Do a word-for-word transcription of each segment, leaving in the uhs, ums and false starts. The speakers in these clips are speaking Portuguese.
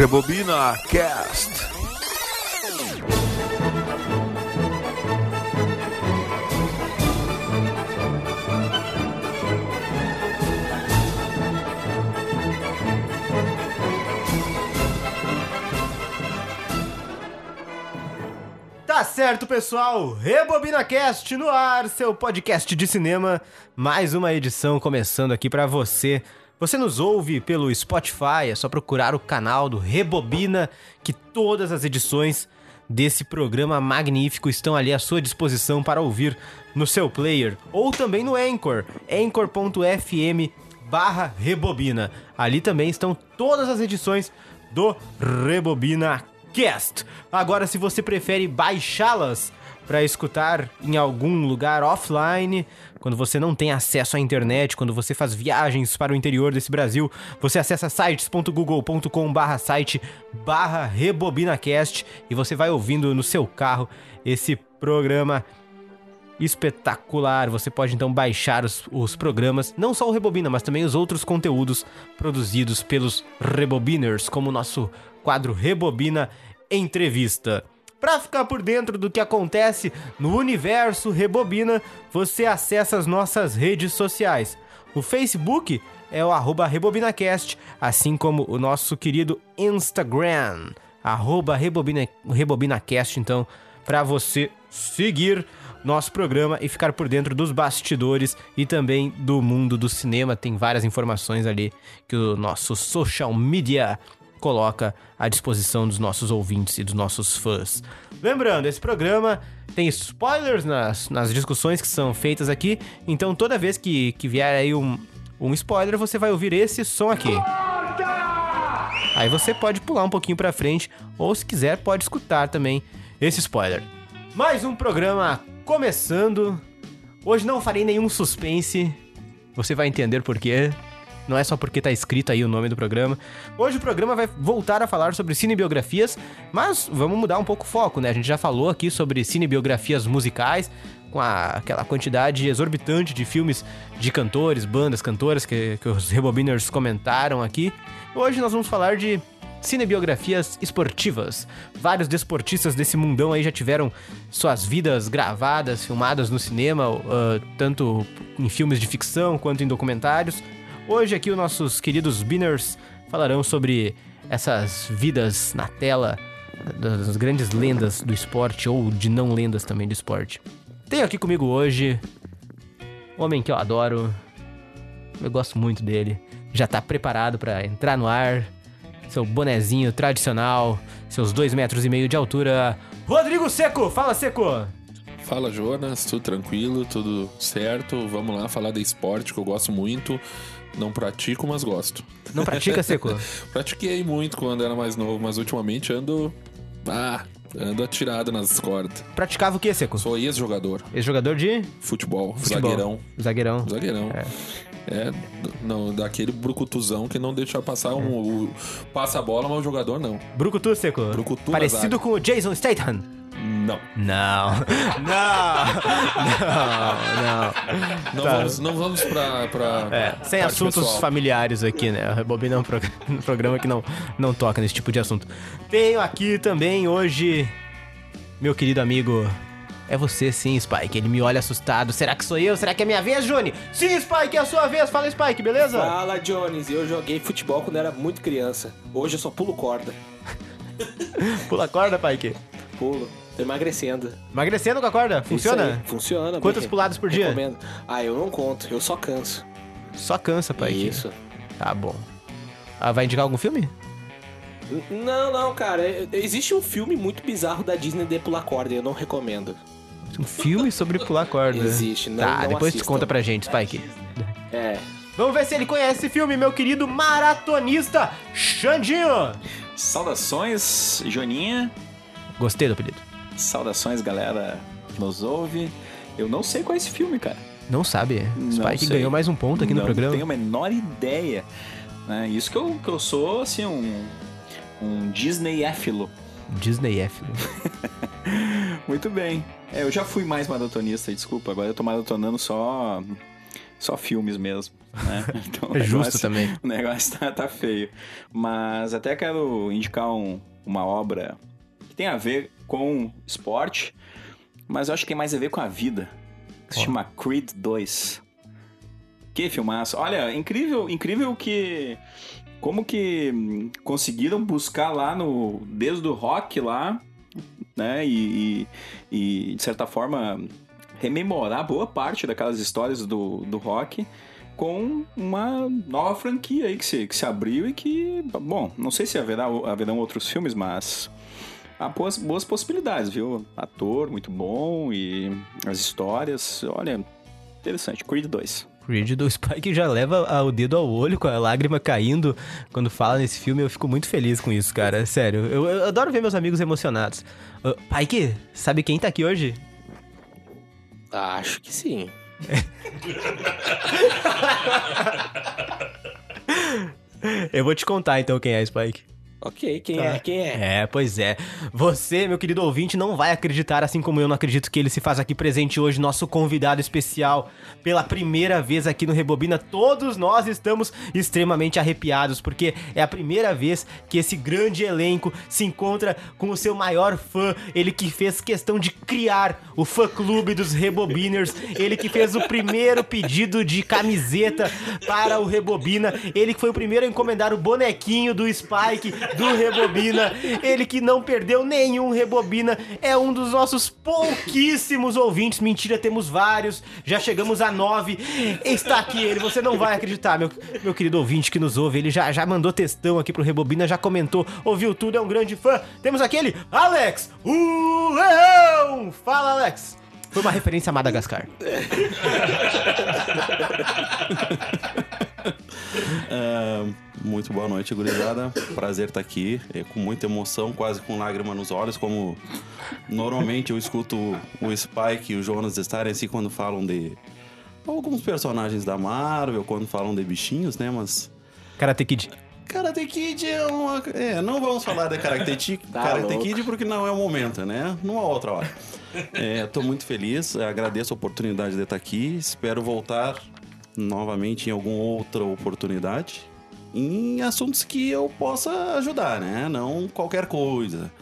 Rebobina Cast. Tá certo, pessoal, Rebobina Cast no ar, seu podcast de cinema, mais uma edição começando aqui pra você. Você nos ouve pelo Spotify, é só procurar o canal do Rebobina, que todas as edições desse programa magnífico estão ali à sua disposição para ouvir no seu player, ou também no Anchor, anchor ponto f m barra Rebobina. Ali também estão todas as edições do Rebobina Cast. Agora, se você prefere baixá-las para escutar em algum lugar offline, quando você não tem acesso à internet, quando você faz viagens para o interior desse Brasil, você acessa sites ponto google ponto com barra site barra rebobinacast e você vai ouvindo no seu carro esse programa espetacular. Você pode então baixar os, os programas, não só o Rebobina, mas também os outros conteúdos produzidos pelos Rebobiners, como o nosso quadro Rebobina Entrevista. Para ficar por dentro do que acontece no universo Rebobina, você acessa as nossas redes sociais. O Facebook é o arroba RebobinaCast, assim como o nosso querido Instagram, arroba Rebobina, RebobinaCast, então, para você seguir nosso programa e ficar por dentro dos bastidores e também do mundo do cinema. Tem várias informações ali que o nosso social media coloca à disposição dos nossos ouvintes e dos nossos fãs. Lembrando, esse programa tem spoilers nas, nas discussões que são feitas aqui, então toda vez que, que vier aí um, um spoiler, você vai ouvir esse som aqui. Aí você pode pular um pouquinho pra frente, ou se quiser pode escutar também esse spoiler. Mais um programa começando. Hoje não farei nenhum suspense, você vai entender por quê. Não é só porque tá escrito aí o nome do programa. Hoje o programa vai voltar a falar sobre cinebiografias, mas vamos mudar um pouco o foco, né? A gente já falou aqui sobre cinebiografias musicais, com a, aquela quantidade exorbitante de filmes de cantores, bandas, cantoras que, que os Rebobiners comentaram aqui. Hoje nós vamos falar de cinebiografias esportivas. Vários desportistas desse mundão aí já tiveram suas vidas gravadas, filmadas no cinema, uh, tanto em filmes de ficção quanto em documentários. Hoje aqui os nossos queridos Biners falarão sobre essas vidas na tela das grandes lendas do esporte, ou de não lendas também do esporte. Tenho aqui comigo hoje um homem que eu adoro, eu gosto muito dele, já tá preparado para entrar no ar, seu bonezinho tradicional, seus dois metros e meio de altura, Rodrigo Seco. Fala, Seco! Fala, Jonas, tudo tranquilo, tudo certo, vamos lá falar de esporte que eu gosto muito. Não pratico, mas gosto. Não pratica, Seco? Pratiquei muito quando era mais novo, mas ultimamente ando... Ah, ando atirado nas cordas. Praticava o que, Seco? Sou ex-jogador. Ex-jogador de? Futebol, Futebol. zagueirão. Zagueirão. Zagueirão. É. É, não, daquele brucutuzão que não deixa passar um... O, passa a bola, mas o jogador não. Brucutu, Seco? Brucutu. Parecido com o Jason Statham? Não. Não. Não. Não. Não, Tá. vamos, não vamos pra... pra É, sem parte assuntos pessoal. familiares aqui, né? O Rebobina é um, prog- um programa que não, não toca nesse tipo de assunto. Tenho aqui também hoje meu querido amigo... É você sim, Spike. Ele me olha assustado. Será que sou eu? Será que é minha vez, Johnny? Sim, Spike, é a sua vez. Fala, Spike, beleza? Fala, Jones. Eu joguei futebol quando era muito criança. Hoje eu só pulo corda. Pula a corda, Spike. Pulo. Tô emagrecendo. Emagrecendo com a corda? Funciona? Isso aí, funciona. Quantas bem. puladas por dia? Recomendo. Ah, eu não conto. Eu só canso. Só cansa, Spike. Isso. Tá bom. Ah, vai indicar algum filme? N- Não, não, cara. É- Existe um filme muito bizarro da Disney de pular corda e eu não recomendo. Um filme sobre pular corda. Existe, não- Tá, não depois tu assistam. conta pra gente, Spike. É. Vamos ver se ele conhece esse filme, meu querido maratonista Xandinho. Saudações, Joninha. Gostei do apelido. Saudações, galera que nos ouve. Eu não sei qual é esse filme, cara. Não sabe? Não Spike sei. ganhou mais um ponto aqui no Não programa. tenho a menor ideia. Né? Isso que eu, que eu sou, assim, um, um Disney-éfilo. Disney-F. Muito bem. É, eu já fui mais maratonista, desculpa. Agora eu tô maratonando só só filmes mesmo, né? Então, É justo negócio, também. O negócio tá, tá feio. Mas até quero indicar um, uma obra que tem a ver com esporte, mas eu acho que tem mais a ver com a vida. Que se chama Creed dois. Que filmaço. Olha, incrível, incrível que... Como que conseguiram buscar lá no... Desde o rock lá, né? E, e, e de certa forma, rememorar boa parte daquelas histórias do, do rock com uma nova franquia aí que se, que se abriu e que... Bom, não sei se haverá, haverão outros filmes, mas... Há boas, boas possibilidades, viu? Ator muito bom e as histórias... Olha, interessante. Creed dois. Creed do Spike já leva o dedo ao olho com a lágrima caindo quando fala nesse filme. Eu fico muito feliz com isso, cara. Sério, eu, eu adoro ver meus amigos emocionados. Uh, Pike, sabe quem tá aqui hoje? Acho que sim. Eu vou te contar então quem é, Spike. Ok, quem Tá. é? Quem é? É, pois é. Você, meu querido ouvinte, não vai acreditar, assim como eu não acredito que ele se faz aqui presente hoje, nosso convidado especial, pela primeira vez aqui no Rebobina. Todos nós estamos extremamente arrepiados, porque é a primeira vez que esse grande elenco se encontra com o seu maior fã, ele que fez questão de criar o fã-clube dos Rebobiners, ele que fez o primeiro pedido de camiseta para o Rebobina, ele que foi o primeiro a encomendar o bonequinho do Spike, do Rebobina, ele que não perdeu nenhum Rebobina, é um dos nossos pouquíssimos ouvintes, mentira, temos vários, já chegamos a nove, está aqui ele, você não vai acreditar, meu, meu querido ouvinte que nos ouve, ele já, já mandou textão aqui pro Rebobina, já comentou, ouviu tudo, é um grande fã, temos aquele, Alex, o Leão! Fala, Alex! Foi uma referência a Madagascar. Uh, muito boa noite, gurizada. Prazer estar aqui, é, com muita emoção, quase com lágrima nos olhos, como normalmente eu escuto o Spike e o Jonas estarem assim quando falam de alguns personagens da Marvel, quando falam de bichinhos, né? Mas Karate Kid. Karate Kid é uma... É, não vamos falar de Karate, Ti- Tá Karate louco. Kid porque não é o momento, né? Numa outra hora. É, tô muito feliz, agradeço a oportunidade de estar aqui, espero voltar novamente em alguma outra oportunidade em assuntos que eu possa ajudar, né? Não qualquer coisa.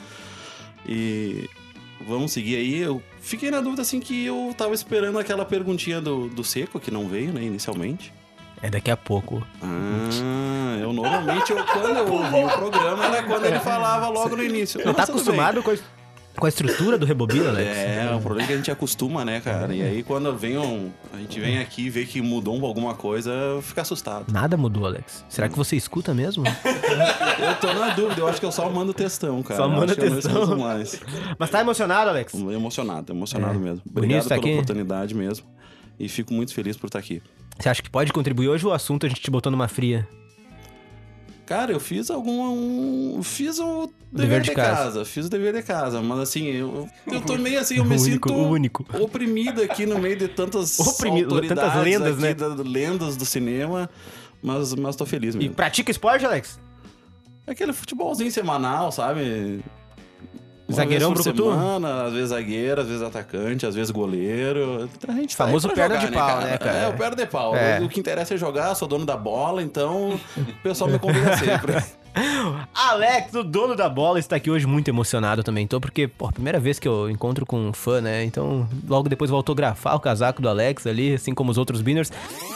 E vamos seguir aí. Eu fiquei na dúvida assim que eu tava esperando aquela perguntinha do, do Seco, que não veio, né, inicialmente. É daqui a pouco. Ah, eu normalmente, eu, quando eu ouvi o programa, era quando ele falava logo no início. Não tá Mas tudo bem. acostumado com a, com a estrutura do Rebobina, Alex? É, o problema é que a gente acostuma, né, cara? E aí quando vem um, a gente vem aqui e vê que mudou alguma coisa, fica assustado. Nada mudou, Alex. Será que você escuta mesmo? Eu tô na dúvida, eu acho que eu só mando textão, cara. Só Eu manda acho que eu não textão. escuto mais. Mas tá emocionado, Alex? Emocionado, emocionado É. mesmo. Bonito Obrigado tá pela aqui. oportunidade mesmo. E fico muito feliz por estar aqui. Você acha que pode contribuir hoje ou o assunto a gente te botou numa fria? Cara, eu fiz algum... Um, fiz o dever dever, de de casa. casa. Fiz o dever de casa, mas assim, eu, eu tô meio assim, eu me O único, sinto o único. oprimido aqui no meio de tantas Oprimido, autoridades tantas lendas, aqui, né? da, lendas do cinema, mas, mas tô feliz E mesmo. pratica esporte, Alex? Aquele futebolzinho semanal, sabe? Uma Zagueirão, vez por brucutu? semana, às vezes zagueiro, às vezes atacante, às vezes goleiro. A gente tá aí Famoso pra perna jogar, de pau, né, cara? É, o perna de pau. É. O que interessa é jogar, sou dono da bola, então o pessoal me convida sempre. Alex, o dono da bola, está aqui hoje muito emocionado também. Tô porque, pô, primeira vez que eu encontro com um fã, né? Então, logo depois vou autografar o casaco do Alex ali, assim como os outros Binners.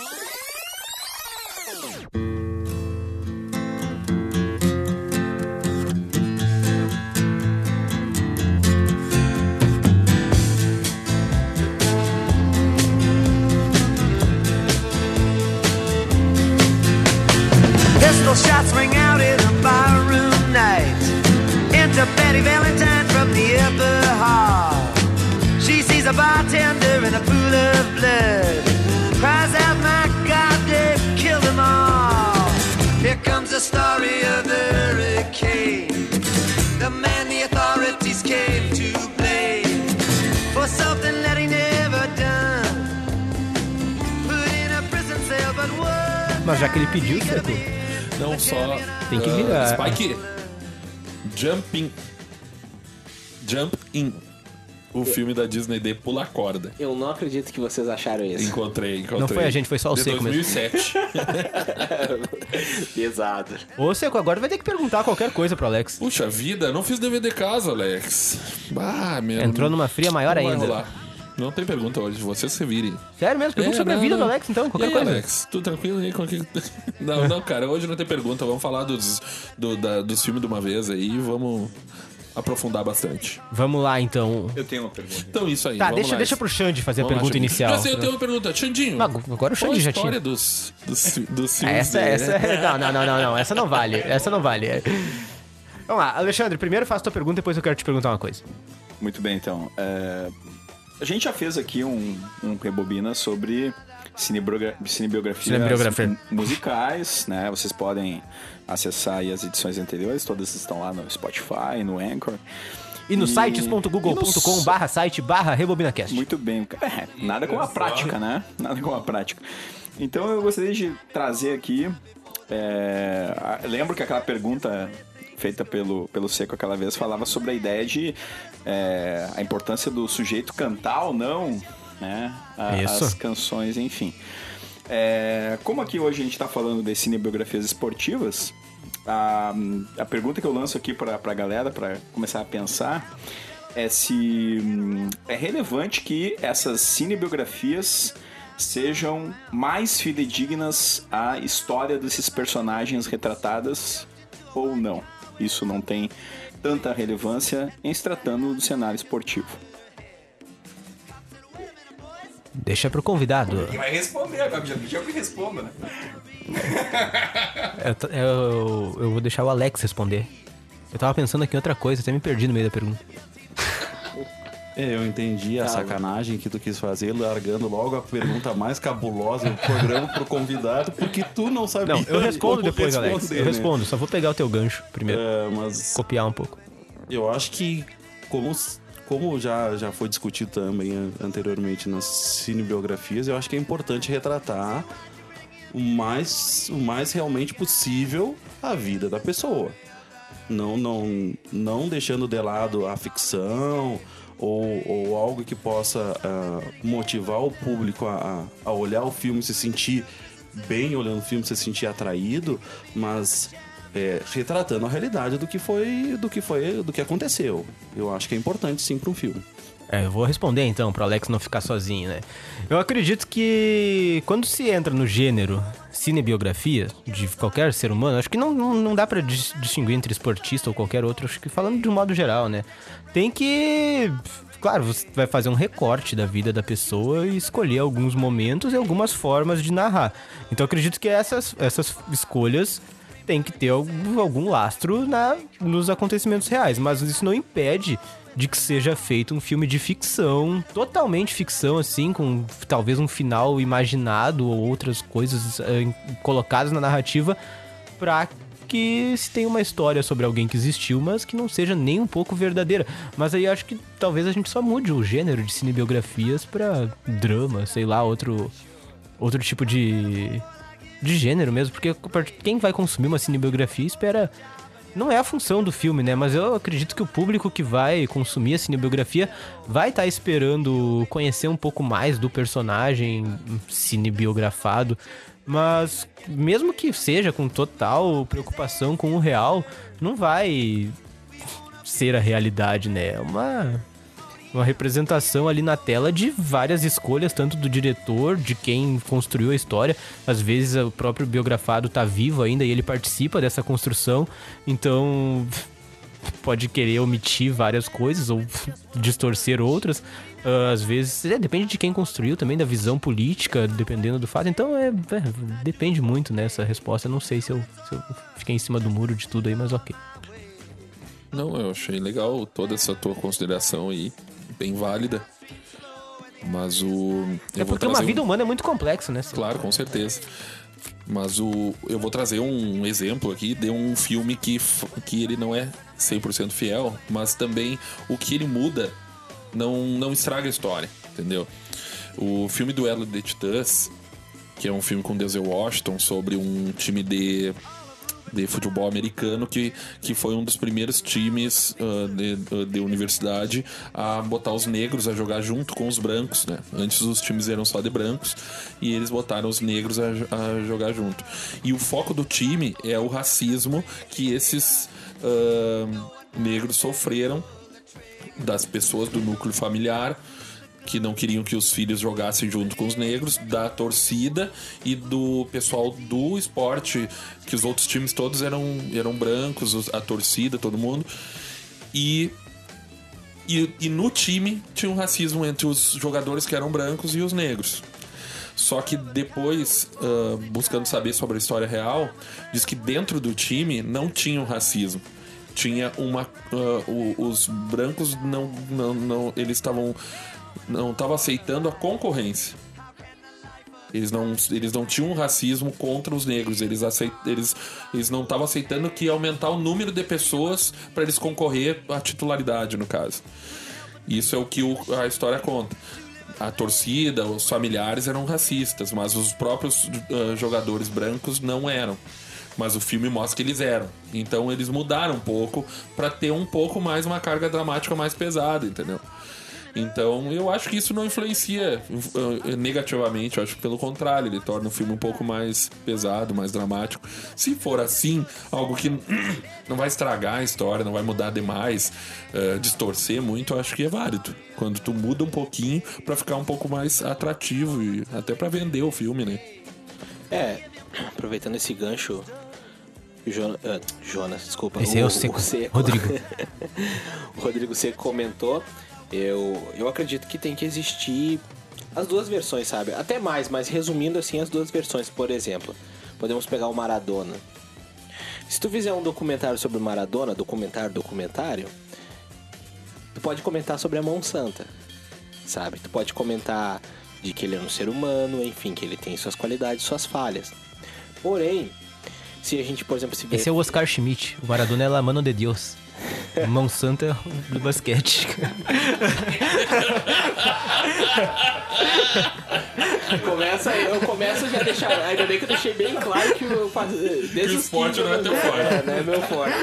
Pistol shots ring out in a barroom night. Enter Betty Valentine from the upper hall. She sees a bartender in a pool of blood. Cries out, my God, they've killed them all. Here comes the story of the hurricane. The man the authorities came to blame for something that he never done. Put in a prison cell, but what? Mas já que ele pediu, Seco, Não só. Tem que ah, virar. Spike. Jumping. Jump in. O filme da Disney de Pula Corda. Eu não acredito que vocês acharam isso. Encontrei, encontrei. Não foi a gente, foi só o de Seco dois mil e sete. Pesado. Ô, Seco, agora vai ter que perguntar qualquer coisa pro Alex. Puxa vida, não fiz dever de casa, Alex. Bah, meu. Entrou numa fria maior Não vai ainda. rolar. Não tem pergunta hoje, vocês se virem. Sério mesmo? Pergunta É, sobre a não, vida não. do Alex, então, E qualquer aí, coisa. Alex, tudo tranquilo aí? Com que... Não, não, cara, hoje não tem pergunta. Vamos falar dos, do, da, dos filmes de uma vez aí e vamos aprofundar bastante. Vamos lá, então. Eu tenho uma pergunta. Então, isso aí. Tá, vamos deixa, lá. deixa pro Xande fazer a Vamos lá, pergunta Xandinho. inicial. Já sei, eu tenho uma pergunta. Xandinho, Não, agora o qual a Xande já história tinha. dos, dos, dos Ah, filmes essa, de- essa... Não, não, não, não, não. Essa não vale. Essa não vale. Vamos lá, Alexandre, primeiro faço tua pergunta, depois eu quero te perguntar uma coisa. Muito bem, então. É, A gente já fez aqui um, um Rebobina sobre cinebiogra- cinebiografias Cinebiografia. mu- musicais, né? Vocês podem acessar aí as edições anteriores, todas estão lá no Spotify, no Anchor. E no E- sites ponto google ponto com barra site barra rebobinacast. Muito bem. É, nada como a prática, né? Nada como a prática. Então eu gostaria de trazer aqui... é, a- lembro que aquela pergunta feita pelo, pelo Seco aquela vez falava sobre a ideia de é, a importância do sujeito cantar ou não, né? a- Isso. As canções, enfim. É, como aqui hoje a gente está falando de cinebiografias esportivas, a, a pergunta que eu lanço aqui para a galera, para começar a pensar, é se hum, é relevante que essas cinebiografias sejam mais fidedignas à história desses personagens retratadas ou não. Isso não tem tanta relevância em se tratando do cenário esportivo. Deixa pro convidado. Quem vai responder agora? Já pediu que responda, né? Eu, t- eu, eu vou deixar o Alex responder. Eu tava pensando aqui em outra coisa, até me perdi no meio da pergunta. É, eu entendi a sacanagem que tu quis fazer, largando logo a pergunta mais cabulosa do programa pro convidado, porque tu não sabia. Não, eu respondo como depois, Alex. responder, Eu né? respondo, só vou pegar o teu gancho primeiro. É, mas Copiar um pouco. eu acho que, como, como já, já foi discutido também an- anteriormente nas cinebiografias, eu acho que é importante retratar o mais, o mais realmente possível a vida da pessoa. Não, não, não deixando de lado a ficção ou, ou algo que possa ah, motivar o público a, a olhar o filme, se sentir bem olhando o filme, se sentir atraído, mas é, retratando a realidade do que foi, do que foi, do que aconteceu. Eu acho que é importante sim para um filme. É, eu vou responder então, pro Alex não ficar sozinho, né? Eu acredito que quando se entra no gênero cinebiografia de qualquer ser humano, acho que não, não, não dá pra dis- distinguir entre esportista ou qualquer outro, acho que falando de um modo geral, né? Tem que... Claro, você vai fazer um recorte da vida da pessoa e escolher alguns momentos e algumas formas de narrar. Então eu acredito que essas, essas escolhas têm que ter algum, algum lastro na, nos acontecimentos reais, mas isso não impede de que seja feito um filme de ficção, totalmente ficção, assim, com talvez um final imaginado ou outras coisas eh, colocadas na narrativa pra que se tenha uma história sobre alguém que existiu, mas que não seja nem um pouco verdadeira. Mas aí eu acho que talvez a gente só mude o gênero de cinebiografias pra drama, sei lá, outro, outro tipo de, de gênero mesmo, porque quem vai consumir uma cinebiografia espera... Não é a função do filme, né? Mas eu acredito que o público que vai consumir a cinebiografia vai estar esperando conhecer um pouco mais do personagem cinebiografado. Mas mesmo que seja com total preocupação com o real, não vai ser a realidade, né? É uma... uma representação ali na tela de várias escolhas, tanto do diretor, de quem construiu a história. Às vezes o próprio biografado tá vivo ainda e ele participa dessa construção, então pode querer omitir várias coisas ou distorcer outras. Uh, às vezes, é, depende de quem construiu também, da visão política, dependendo do fato. Então, é, é depende muito, né, essa resposta. Eu não sei se eu, se eu fiquei em cima do muro de tudo aí, mas ok. Não, eu achei legal toda essa tua consideração aí, bem válida. Mas o... eu É vou porque uma trazer vida um... humana é muito complexo, né? Cê? Claro, com certeza. Mas o... eu vou trazer um exemplo aqui de um filme que, f- que ele não é cem por cento fiel, mas também o que ele muda não, não estraga a história, entendeu? O filme Duelo de Titãs, que é um filme com Denzel Washington sobre um time de... de futebol americano, que, que foi um dos primeiros times uh, de, de universidade a botar os negros a jogar junto com os brancos, né? Antes os times eram só de brancos e eles botaram os negros a, a jogar junto. E o foco do time é o racismo que esses uh, negros sofreram das pessoas do núcleo familiar, que não queriam que os filhos jogassem junto com os negros, da torcida e do pessoal do esporte, que os outros times todos eram, eram brancos, a torcida, todo mundo. E, e, e no time tinha um racismo entre os jogadores que eram brancos e os negros. Só que depois, uh, buscando saber sobre a história real, diz que dentro do time não tinha um racismo. Tinha uma... Uh, o, os brancos não... não, não eles estavam... não estavam aceitando a concorrência. Eles não, eles não tinham um racismo contra os negros. Eles, aceit, eles, eles não estavam aceitando que ia aumentar o número de pessoas para eles concorrer à titularidade, no caso. Isso é o que o, a história conta. A torcida, os familiares eram racistas, mas os próprios uh, jogadores brancos não eram. Mas o filme mostra que eles eram. Então eles mudaram um pouco para ter um pouco mais uma carga dramática mais pesada, entendeu? Então eu acho que isso não influencia uh, negativamente. Eu acho que pelo contrário, ele torna o filme um pouco mais pesado, mais dramático. Se for assim, algo que não vai estragar a história, não vai mudar demais, uh, distorcer muito, eu acho que é válido. Quando tu muda um pouquinho pra ficar um pouco mais atrativo e até pra vender o filme, né? É, aproveitando esse gancho, Jo- uh, Jonas, desculpa. Esse o, é o Seco. o Seco. Rodrigo. O Rodrigo Seco comentou. Eu, eu acredito que tem que existir as duas versões, sabe? Até mais, mas resumindo assim as duas versões. Por exemplo, podemos pegar o Maradona. Se tu fizer um documentário sobre o Maradona, documentário, documentário, tu pode comentar sobre a mão santa, sabe? Tu pode comentar de que ele é um ser humano, enfim, que ele tem suas qualidades, suas falhas. Porém, se a gente, por exemplo, se vê... Esse é o Oscar Schmidt. O Maradona é la mano de Deus. Mão santa do basquete. Começa, eu começo já a deixar. Ainda bem que eu deixei bem claro que eu faço. Desde o esporte não é teu forte. É, não é meu forte.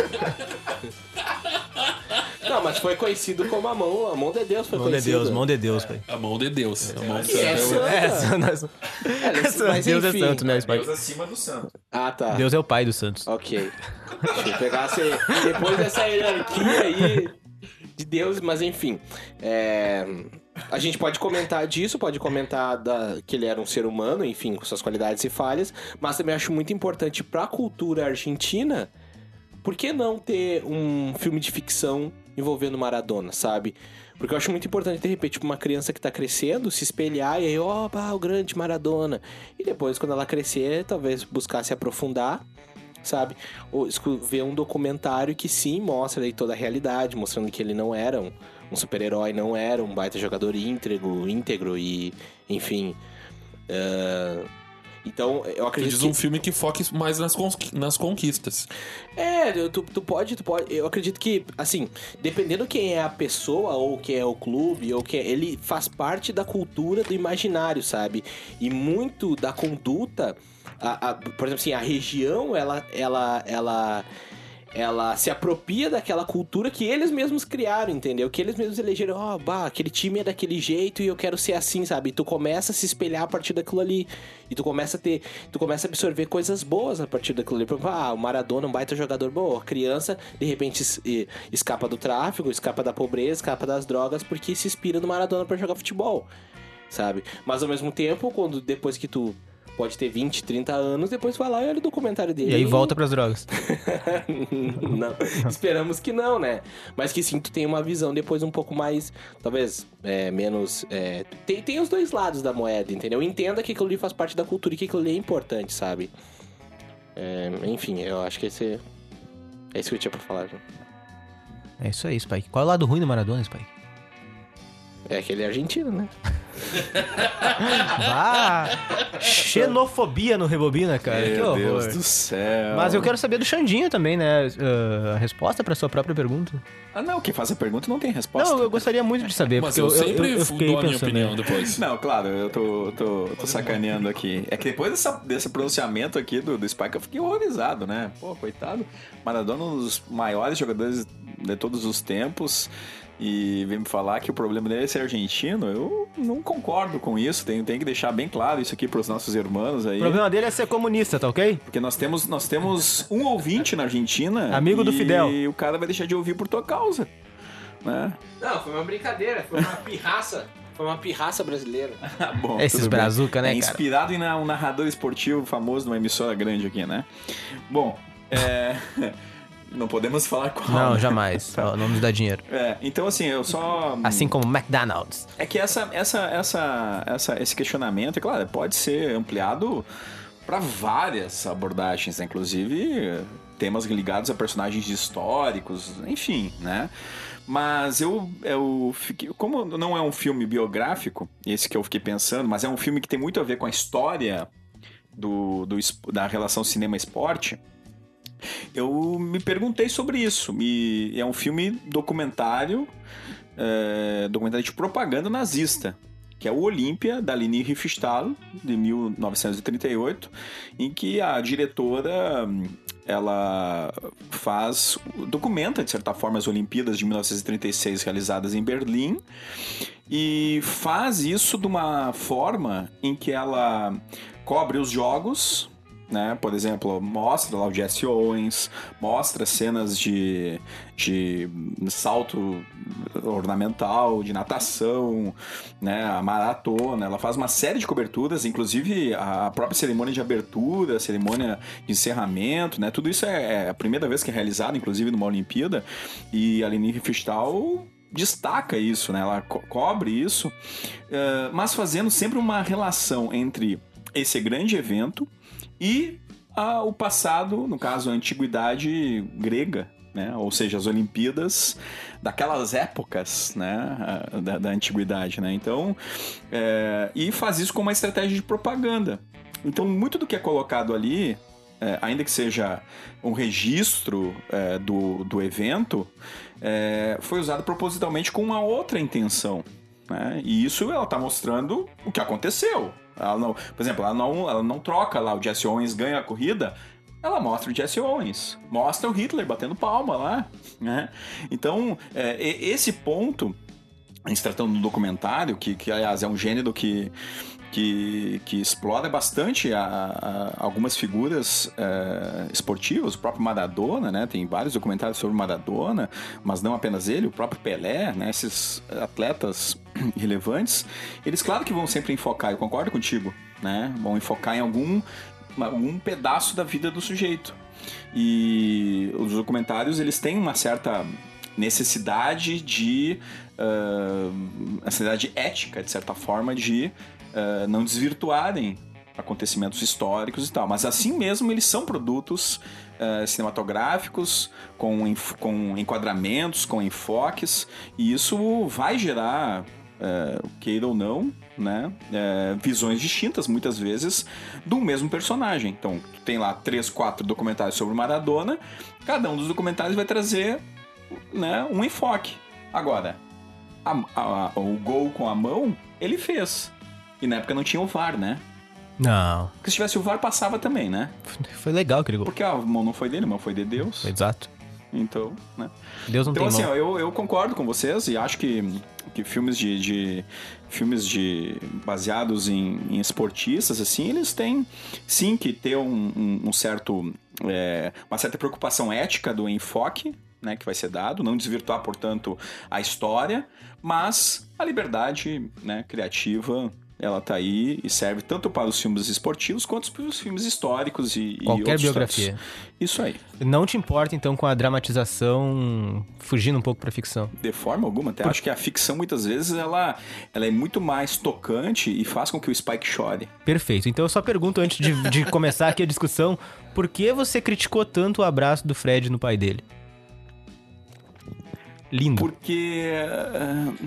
Não, mas foi conhecido como a mão, a mão de Deus foi Mão de conhecido. Deus, mão de Deus, pai. A mão de Deus. A mão de E é Deus. santa. É, só nós- É, mas Deus enfim. é santo, né, pai? Deus acima do santo. Ah, tá. Deus é o pai dos santos. Ok. Deixa eu pegar essa, depois dessa hierarquia aí de Deus, mas enfim. É, a gente pode comentar disso, pode comentar da, que ele era um ser humano, enfim, com suas qualidades e falhas, mas também acho muito importante pra cultura argentina, por que não ter um filme de ficção envolvendo Maradona, sabe? Porque eu acho muito importante, de repente, uma criança que tá crescendo, se espelhar e aí, ó, oh, o grande Maradona. E depois, quando ela crescer, talvez buscar se aprofundar, sabe? Ou ver um documentário que sim mostra aí toda a realidade, mostrando que ele não era um, um super-herói, não era um baita jogador íntegro, íntegro e, enfim... Uh... Então, eu Tu acredito diz que... um filme que foque mais nas, con- nas conquistas. É, tu, tu pode, tu pode. Eu acredito que, assim, dependendo quem é a pessoa, ou quem é o clube, ou quem é, ele faz parte da cultura do imaginário, sabe? E muito da conduta, a, a, por exemplo, assim, a região, ela, ela, ela, ela se apropria daquela cultura que eles mesmos criaram, entendeu? Que eles mesmos elegeram, ó, oh, bah, aquele time é daquele jeito e eu quero ser assim, sabe? E tu começa a se espelhar a partir daquilo ali. E tu começa a ter, tu começa a absorver coisas boas a partir daquilo ali. Por exemplo, ah, o Maradona é um baita jogador bom. A criança, de repente, es- e- escapa do tráfico, escapa da pobreza, escapa das drogas, porque se inspira no Maradona pra jogar futebol, sabe? Mas ao mesmo tempo, quando depois que tu pode ter vinte, trinta anos, depois vai lá e olha o documentário dele. E aí volta pras drogas. Não, esperamos que não, né? Mas que sim, tu tem uma visão depois um pouco mais, talvez, é, menos... É, tem, tem os dois lados da moeda, entendeu? Entenda que aquilo ali faz parte da cultura e que aquilo ali é importante, sabe? É, enfim, eu acho que esse... É isso que eu tinha pra falar, João. É isso aí, Spike. Qual é o lado ruim do Maradona, Spike? É que ele é argentino, né? Ah, xenofobia no Rebobina, cara. que Meu horror. Deus do céu. Mas eu quero saber do Xandinho também, né? Uh, a resposta pra sua própria pergunta. Ah, não, quem faz a pergunta não tem resposta. Não, eu gostaria muito de saber, Mas porque eu eu, eu, sempre eu, eu fiquei dou a minha pensando. opinião né? depois. Não, claro, eu tô, tô, tô sacaneando aqui. É que depois dessa, desse pronunciamento aqui do, do Spike eu fiquei horrorizado, né? Pô, coitado. Maradona é um dos maiores jogadores de todos os tempos. E vem me falar que o problema dele é ser argentino. Eu não concordo com isso. Tenho, tenho que deixar bem claro isso aqui pros nossos irmãos aí. O problema dele é ser comunista, tá ok? Porque nós temos, nós temos um ouvinte na Argentina. Amigo do e Fidel. E o cara vai deixar de ouvir por tua causa. Né? Não, foi uma brincadeira, foi uma pirraça. Foi uma pirraça brasileira. Ah, bom, Esses tudo bem. brazuca, né, É cara? inspirado em na- um narrador esportivo famoso de uma emissora grande aqui, né? Bom, é... não podemos falar qual. Não, né? jamais. O nome nos dá dinheiro. É, então assim, eu só... Assim como McDonald's. É que essa, essa, essa, essa, esse questionamento, é claro, pode ser ampliado para várias abordagens, né? Inclusive temas ligados a personagens históricos, enfim, né? Mas eu, eu fiquei... Como não é um filme biográfico, esse que eu fiquei pensando, mas é um filme que tem muito a ver com a história do, do, da relação cinema-esporte, eu me perguntei sobre isso. E é um filme documentário, é, documentário de propaganda nazista, que é o Olímpia, da Leni Riefenstahl, de mil novecentos e trinta e oito, em que a diretora... ela faz, documenta de certa forma as Olimpíadas de mil novecentos e trinta e seis realizadas em Berlim e faz isso de uma forma em que ela cobre os jogos, né? Por exemplo, mostra lá o Jesse Owens, mostra cenas de, de salto ornamental, de natação, né? A maratona. Ela faz uma série de coberturas, inclusive a própria cerimônia de abertura, a cerimônia de encerramento, né? Tudo isso é, é a primeira vez que é realizado, inclusive numa Olimpíada, e a Leni Riefenstahl destaca isso, né? Ela co- cobre isso, uh, mas fazendo sempre uma relação entre esse grande evento e ah, o passado, no caso a antiguidade grega, né? Ou seja, as Olimpíadas daquelas épocas, né? da, da antiguidade, né? Então, é, e faz isso com uma estratégia de propaganda. Então, muito do que é colocado ali, é, ainda que seja um registro é, do, do evento, é, foi usado propositalmente com uma outra intenção, né? E isso ela está mostrando o que aconteceu. Ela não, por exemplo, ela não, ela não troca lá o Jesse Owens ganha a corrida, ela mostra o Jesse Owens, mostra o Hitler batendo palma lá, né? Então, é, esse ponto, a gente se tratando do documentário, que, que aliás é um gênero que, que, que explora bastante a, a, algumas figuras é, esportivas, o próprio Maradona, né? Tem vários documentários sobre Maradona, mas não apenas ele, o próprio Pelé, né? Esses atletas relevantes, eles claro que vão sempre enfocar, eu concordo contigo, né? Vão enfocar em algum, algum pedaço da vida do sujeito. E os documentários, eles têm uma certa necessidade de uh, necessidade ética, de certa forma, de uh, não desvirtuarem acontecimentos históricos e tal, mas assim mesmo eles são produtos uh, cinematográficos com, com enquadramentos, com enfoques, e isso vai gerar, uh, queira ou não, né, uh, visões distintas muitas vezes do mesmo personagem. Então tu tem lá três, quatro documentários sobre Maradona, cada um dos documentários vai trazer, né, um enfoque. Agora, a, a, o gol com a mão ele fez, e na época não tinha o V A R, né? Não. Porque se tivesse o V A R, passava também, né? Foi legal aquele gol. Porque a mão não foi dele, a mão foi de Deus. Exato. Então, né? Deus não Então, tem assim, mão. ó, eu, eu concordo com vocês e acho que, que filmes de, de filmes de baseados em, em esportistas, assim, eles têm sim que ter um, um, um certo é, uma certa preocupação ética do enfoque, né, que vai ser dado, não desvirtuar, portanto, a história, mas a liberdade, né, criativa, ela tá aí e serve tanto para os filmes esportivos quanto para os filmes históricos e e Qualquer outros biografia. tantos. Isso aí. Não te importa, então, com a dramatização fugindo um pouco pra ficção? De forma alguma. Até acho que a ficção, muitas vezes, ela, ela é muito mais tocante e faz com que o Spike chore. Perfeito. Então eu só pergunto, antes de, de começar aqui a discussão, por que você criticou tanto o abraço do Fred no pai dele? Lindo. Porque uh,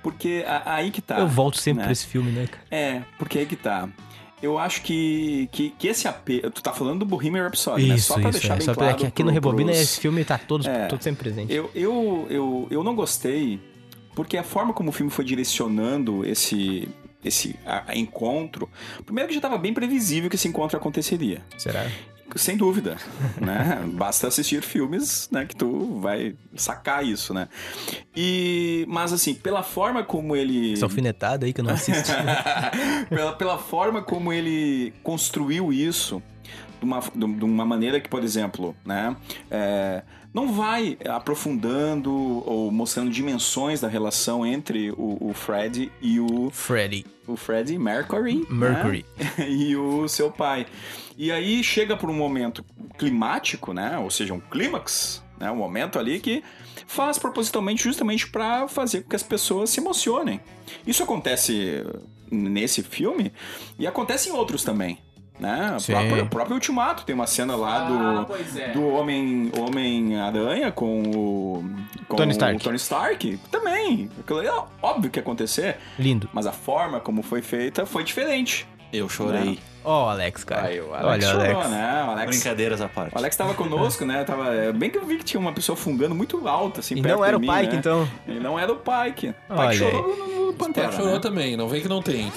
Porque a- aí que tá. Eu volto sempre né? pra esse filme, né, cara? É, porque aí que tá. Eu acho que, que, que esse apelo... Tu tá falando do Bohemian Rhapsody, né? Isso, Só pra isso. deixar É. bem Só claro que aqui no pro- Rebobina pros- esse filme tá todo, É. todo sempre presente. Eu, eu, eu, eu não gostei, porque a forma como o filme foi direcionando esse, esse a- a encontro... Primeiro que já estava bem previsível que esse encontro aconteceria. Será? Sem dúvida, né? Basta assistir filmes, né, que tu vai sacar isso, né? E, mas assim, pela forma como ele... Essa alfinetada aí que eu não assisto. pela, pela forma como ele construiu isso, de uma, de uma maneira que, por exemplo, né, é, não vai aprofundando ou mostrando dimensões da relação entre o, o Fred e o... Freddy. O Freddie Mercury. Mercury. Né? E o seu pai. E aí chega por um momento climático, né? Ou seja, um clímax, né? Um momento ali que faz propositalmente justamente para fazer com que as pessoas se emocionem. Isso acontece nesse filme e acontece em outros também. Né? O próprio, o próprio Ultimato tem uma cena lá do, Ah, pois é. do Homem, Homem-Aranha com o com Tony Stark. o Tony Stark também. Aquilo aí é óbvio que ia acontecer, Lindo. mas a forma como foi feita foi diferente. Eu chorei. Ó, o Alex, cara. Aí, o Alex Olha, chorou, Alex. né? O Alex, Brincadeiras à parte. o Alex tava conosco, né? Tava, é, bem que eu vi que tinha uma pessoa fungando muito alta, assim, E perto não era de o mim, Pike, né? então. E não era o Pike. O Pike Olha chorou no, no Pantera, Ela chorou né? também, não vem que não tem.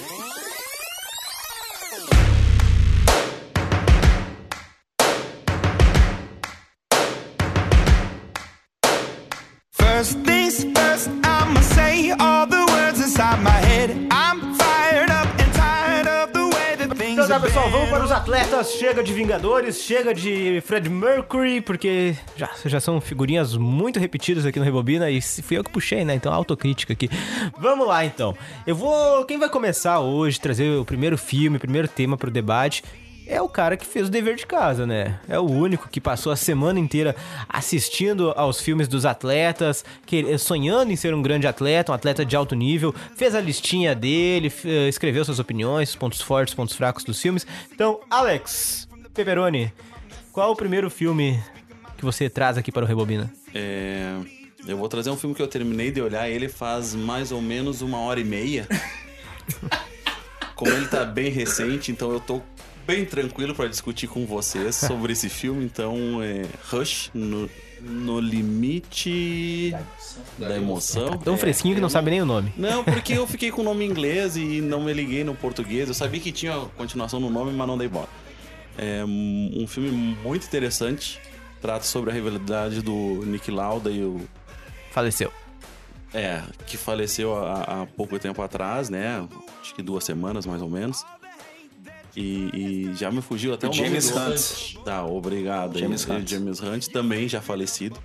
First things first, I'ma say all the words inside my head. I'm fired up and tired of the way that things Então tá, have pessoal, been. vamos para os atletas. Chega de Vingadores, chega de Fred Mercury, porque já, já são figurinhas muito repetidas aqui no Rebobina e fui eu que puxei, né? Então, autocrítica aqui. Vamos lá, então. Eu vou... Quem vai começar hoje, trazer o primeiro filme, o primeiro tema pro debate... É o cara que fez o dever de casa, né? É o único que passou a semana inteira assistindo aos filmes dos atletas, que, sonhando em ser um grande atleta, um atleta de alto nível, fez a listinha dele, f- escreveu suas opiniões, pontos fortes, pontos fracos dos filmes. Então, Alex Pepperoni, qual o primeiro filme que você traz aqui para o Rebobina? É, eu vou trazer um filme que eu terminei de olhar ele faz mais ou menos uma hora e meia. Como ele tá bem recente, então eu tô bem tranquilo para discutir com vocês sobre esse filme. Então, é Rush, no, no limite da emoção. Tão fresquinho que não sabe nem o nome. Não, porque eu fiquei com o nome em inglês e não me liguei no português. Eu sabia que tinha continuação no nome, mas não dei bola. É um filme muito interessante. Trata sobre a rivalidade do Nick Lauda e o... Faleceu. É, que faleceu há, há pouco tempo atrás, né? Acho que duas semanas, mais ou menos. E, e já me fugiu até o, O nome James do... Hunt. Tá, obrigado. James E- e Hunt. James Hunt também já falecido.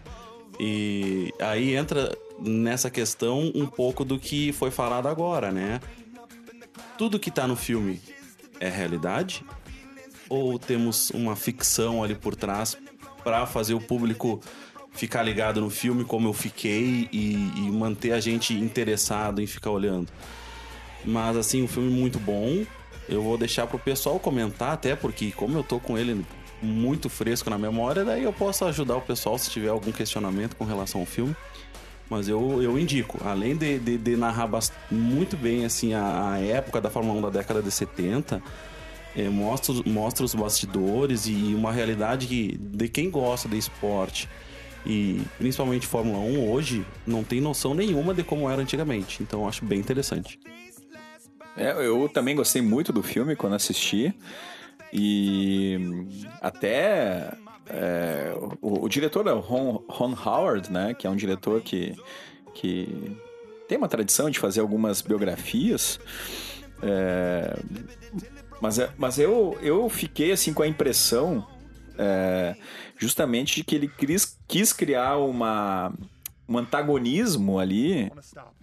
E aí entra nessa questão um pouco do que foi falado agora, né? Tudo que tá no filme é realidade? Ou temos uma ficção ali por trás pra fazer o público ficar ligado no filme como eu fiquei e, e manter a gente interessado em ficar olhando? Mas assim, um filme muito bom. Eu vou deixar pro pessoal comentar, até porque como eu tô com ele muito fresco na memória, daí eu posso ajudar o pessoal se tiver algum questionamento com relação ao filme. Mas eu, eu indico, além de, de, de narrar bast- muito bem assim, a, a época da Fórmula um da década de setenta, é, mostra, os- mostra os bastidores e uma realidade que, de quem gosta de esporte e principalmente Fórmula um hoje, não tem noção nenhuma de como era antigamente. Então eu acho bem interessante. É, eu também gostei muito do filme quando assisti. E até é, o, o diretor é o Ron, Ron Howard, né? Que é um diretor que, que tem uma tradição de fazer algumas biografias. É, mas é- mas eu, eu fiquei assim com a impressão é, justamente de que ele quis, quis criar uma, um antagonismo ali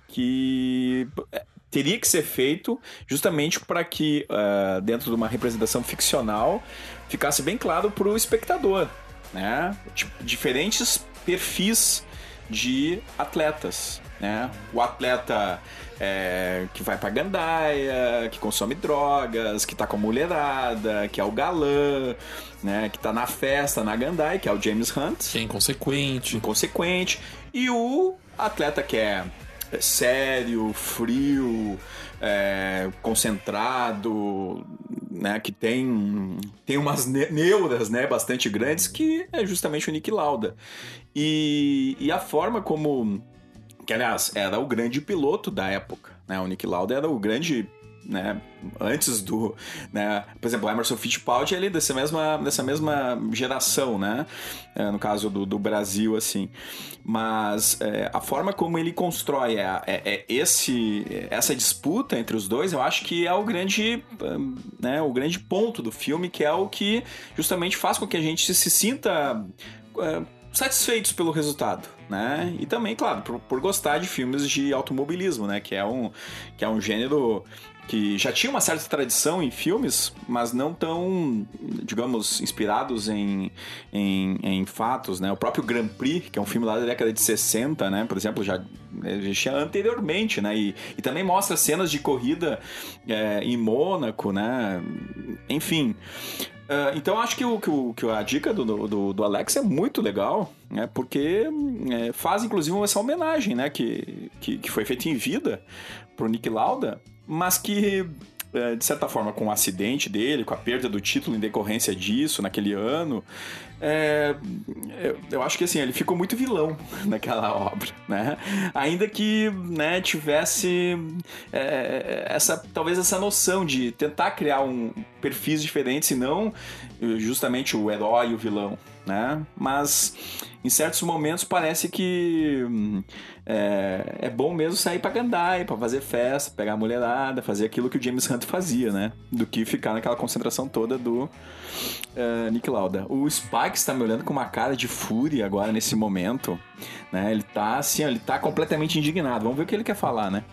que é, teria que ser feito justamente para que, uh, dentro de uma representação ficcional, ficasse bem claro para o espectador, né? Tipo, diferentes perfis de atletas, né? O atleta é, que vai pra gandaia, que consome drogas, que tá com a mulherada, que é o galã, né? Que tá na festa, na gandaia, que é o James Hunt, Que é inconsequente. inconsequente, e o atleta que é é, sério, frio, é, concentrado, né, que tem, tem umas neuras, né, bastante grandes, que é justamente o Niki Lauda. E, e a forma como... Que, aliás, era o grande piloto da época, né? O Niki Lauda era o grande... Né, antes do, né, por exemplo, o Emerson Fittipaldi ele é dessa mesma, dessa mesma geração, né, é, no caso do, do Brasil, assim, mas é, a forma como ele constrói é, é, é esse, essa disputa entre os dois, eu acho que é o grande, né, o grande ponto do filme, que é o que justamente faz com que a gente se sinta é, satisfeitos pelo resultado, né? E também, claro, por, por gostar de filmes de automobilismo, né, que é um, que é um gênero que já tinha uma certa tradição em filmes, mas não tão, digamos, inspirados em, em, em fatos, né? O próprio Grand Prix, que é um filme lá da década de sessenta, né? Por exemplo, já existia anteriormente, né? E, e também mostra cenas de corrida é, em Mônaco, né? Enfim... Uh, então acho que, o, que, o, que a dica do, do, do Alex é muito legal, né? Porque é, faz inclusive essa homenagem, né? que, que, que foi feita em vida pro Niki Lauda, mas que é, de certa forma com o acidente dele, com a perda do título em decorrência disso naquele ano, é, eu, eu acho que assim, ele ficou muito vilão naquela obra, né? Ainda que, né, tivesse é, essa, talvez essa noção de tentar criar um perfis diferentes e não justamente o herói e o vilão, né? Mas em certos momentos parece que é, é bom mesmo sair pra Gandai, pra fazer festa, pegar a mulherada, fazer aquilo que o James Hunt fazia, né? Do que ficar naquela concentração toda do uh, Niki Lauda. O Spike está me olhando com uma cara de fúria agora nesse momento, né? Ele tá assim, ele tá completamente indignado. Vamos ver o que ele quer falar, né?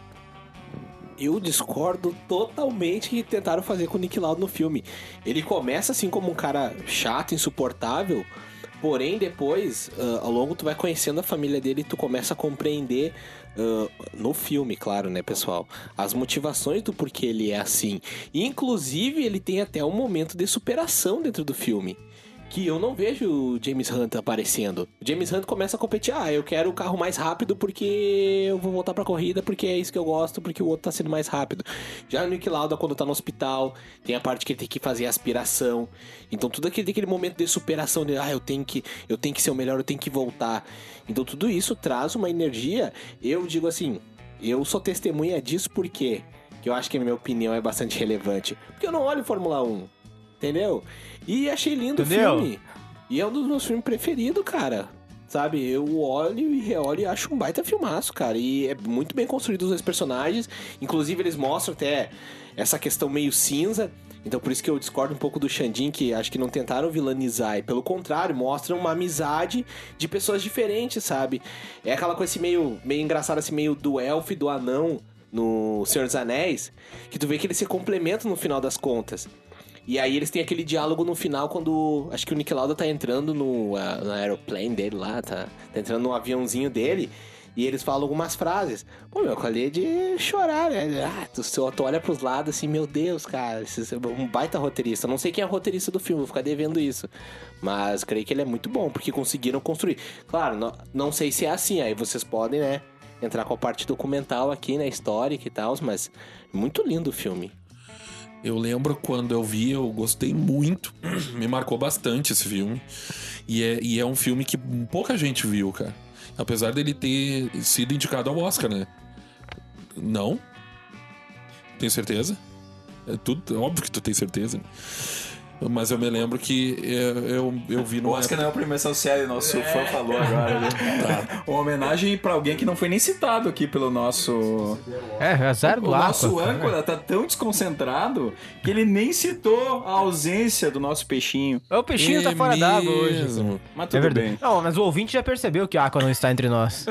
Eu discordo totalmente que tentaram fazer com o Niki Lauda no filme. Ele começa assim como um cara chato, insuportável, porém depois, uh, ao longo tu vai conhecendo a família dele e tu começa a compreender, uh, no filme, claro, né, pessoal, as motivações do porquê ele é assim. E, inclusive, ele tem até um momento de superação dentro do filme, que eu não vejo o James Hunt aparecendo. O James Hunt começa a competir. Ah, eu quero o carro mais rápido porque eu vou voltar pra corrida, porque é isso que eu gosto, porque o outro tá sendo mais rápido. Já o Niki Lauda, quando tá no hospital, tem a parte que ele tem que fazer a aspiração. Então tudo aquele, aquele momento de superação, de ah, eu tenho que, eu tenho que ser o melhor, eu tenho que voltar. Então tudo isso traz uma energia. Eu digo assim, eu sou testemunha disso porque que eu acho que a minha opinião é bastante relevante. Porque eu não olho Fórmula um, entendeu? E achei lindo Entendeu? o filme. E é um dos meus filmes preferidos, cara. Sabe? Eu olho e reolho e acho um baita filmaço, cara. E é muito bem construído os dois personagens. Inclusive, eles mostram até essa questão meio cinza. Então, por isso que eu discordo um pouco do Xandin, que acho que não tentaram vilanizar. E, pelo contrário, mostram uma amizade de pessoas diferentes, sabe? É aquela coisa assim meio, meio engraçada, assim, meio do elfo e do anão no Senhor dos Anéis. Que tu vê que eles se complementam no final das contas. E aí eles têm aquele diálogo no final quando... Acho que o Niki Lauda tá entrando no, uh, no aeroplane dele lá, tá, tá entrando no aviãozinho dele. E eles falam algumas frases. Pô, meu, eu falei de chorar, né? Ah, tu, tu olha pros lados assim, meu Deus, cara, esse é um baita roteirista. Não sei quem é o roteirista do filme, vou ficar devendo isso. Mas creio que ele é muito bom, porque conseguiram construir. Claro, não, não sei se é assim, aí vocês podem, né, entrar com a parte documental aqui, né, histórica e tal, mas muito lindo o filme. Eu lembro quando eu vi, eu gostei muito. Me marcou bastante esse filme. E é, e é um filme que pouca gente viu, cara. Apesar dele ter sido indicado ao Oscar, né? Não? Tem certeza? É tudo, é óbvio que tu tem certeza. Mas eu me lembro que eu, eu, eu vi no. O Oscar não é a premiação séria, nosso é. fã falou agora. Né? Tá. Uma homenagem pra alguém que não foi nem citado aqui pelo nosso. É, azar do O nosso âncora tá tão desconcentrado que ele nem citou a ausência do nosso peixinho. O peixinho é tá fora d'água hoje. Mas tudo é bem. Não, mas o ouvinte já percebeu que o Aqua não está entre nós.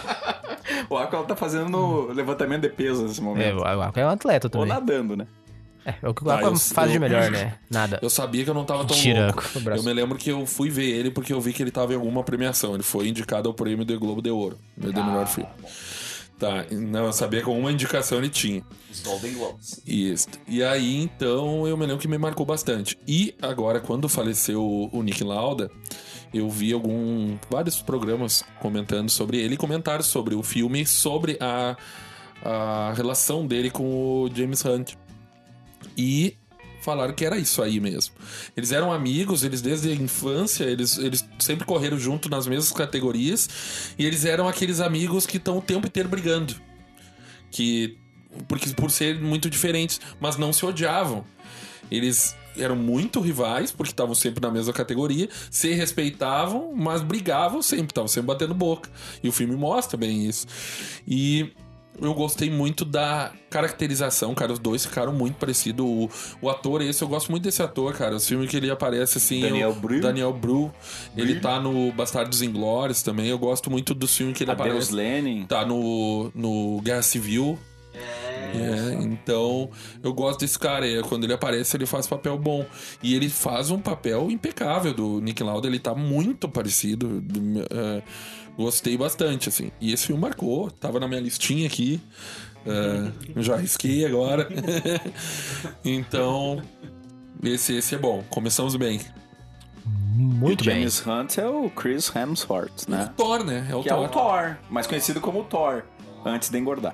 O Aqua tá fazendo levantamento de peso nesse momento. É, o Aqua é um atleta também. Ou nadando, né? É, é o que o Aqua ah, faz eu, de melhor, né? Nada. Eu sabia que eu não tava tão Tiraco. louco. Eu me lembro que eu fui ver ele porque eu vi que ele tava em alguma premiação. Ele foi indicado ao prêmio do Globo de Ouro, de ah. melhor filme. Tá, não, eu sabia que uma indicação ele tinha. Os Golden Globes. Isso. E aí, então, eu me lembro que me marcou bastante. E agora, quando faleceu o Nick Lauda, eu vi algum, vários programas comentando sobre ele, comentários sobre o filme, sobre a, a relação dele com o James Hunt. E falaram que era isso aí mesmo. Eles eram amigos, eles desde a infância, eles, eles sempre correram junto nas mesmas categorias, e eles eram aqueles amigos que estão o tempo inteiro brigando. Que, porque, por serem muito diferentes, mas não se odiavam. Eles eram muito rivais, porque estavam sempre na mesma categoria, se respeitavam, mas brigavam sempre, estavam sempre batendo boca. E o filme mostra bem isso. E eu gostei muito da caracterização, cara. Os dois ficaram muito parecidos. O, o ator, esse, eu gosto muito desse ator, cara. Os filmes que ele aparece, assim... Daniel eu, Bru. Daniel Bru. Ele tá no Bastardos Inglórios também. Eu gosto muito dos filmes que ele Adeus aparece. Lenin. Tá no, no Guerra Civil. É, então eu gosto desse cara. É, quando ele aparece, ele faz papel bom. E ele faz um papel impecável do Nick Lauda. Ele tá muito parecido. É, gostei bastante, assim. E esse filme marcou. Tava na minha listinha aqui. É, já risquei agora. Então, esse, esse é bom. Começamos bem. Muito o bem. James Hunt é o Chris Hemsworth, É o né? Thor, né? É o Que Thor. é o Thor, mais conhecido como Thor, antes de engordar.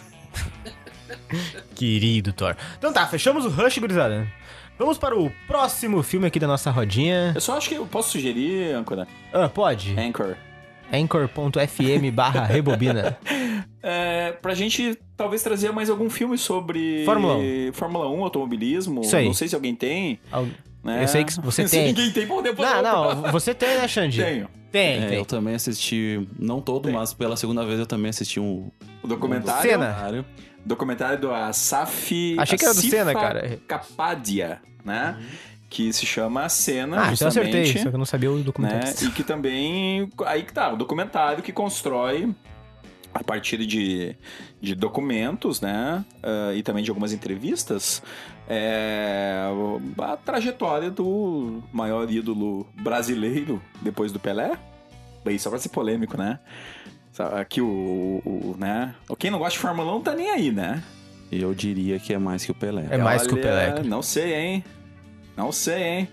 Querido Thor. Então tá, fechamos o Rush, gurizada. Vamos para o próximo filme aqui da nossa rodinha. Eu só acho que eu posso sugerir, Âncora? Ah, pode? Anchor. Anchor.fm barra rebobina. É, pra gente talvez trazer mais algum filme sobre Fórmula um. Fórmula um, automobilismo. Isso aí. Não sei se alguém tem. Al- Né? Eu sei que você Se tem. ninguém tem, bom, depois Não, eu- não, você tem, né, Xande? Tenho. Tem, É, tem. eu também assisti, não todo, Tem. mas pela segunda vez eu também assisti um O documentário. Senna. documentário. Documentário do Asaf. Achei que era do Asifa Senna, cara. Kapadia, né? Que se chama Senna, Ah, então eu justamente. acertei, só que eu não sabia o Né? documentário. E que também. Aí que tá, o documentário que constrói a partir de, de documentos, né? ah, e também de algumas entrevistas, é, a trajetória do maior ídolo brasileiro depois do Pelé. Bem, só pra ser polêmico, né? Aqui o, o, o, né? Quem não gosta de Fórmula um tá nem aí, né? Eu diria que é mais que o Pelé. É mais que o Olha, Pelé, cara. Não sei, hein? Não sei, hein?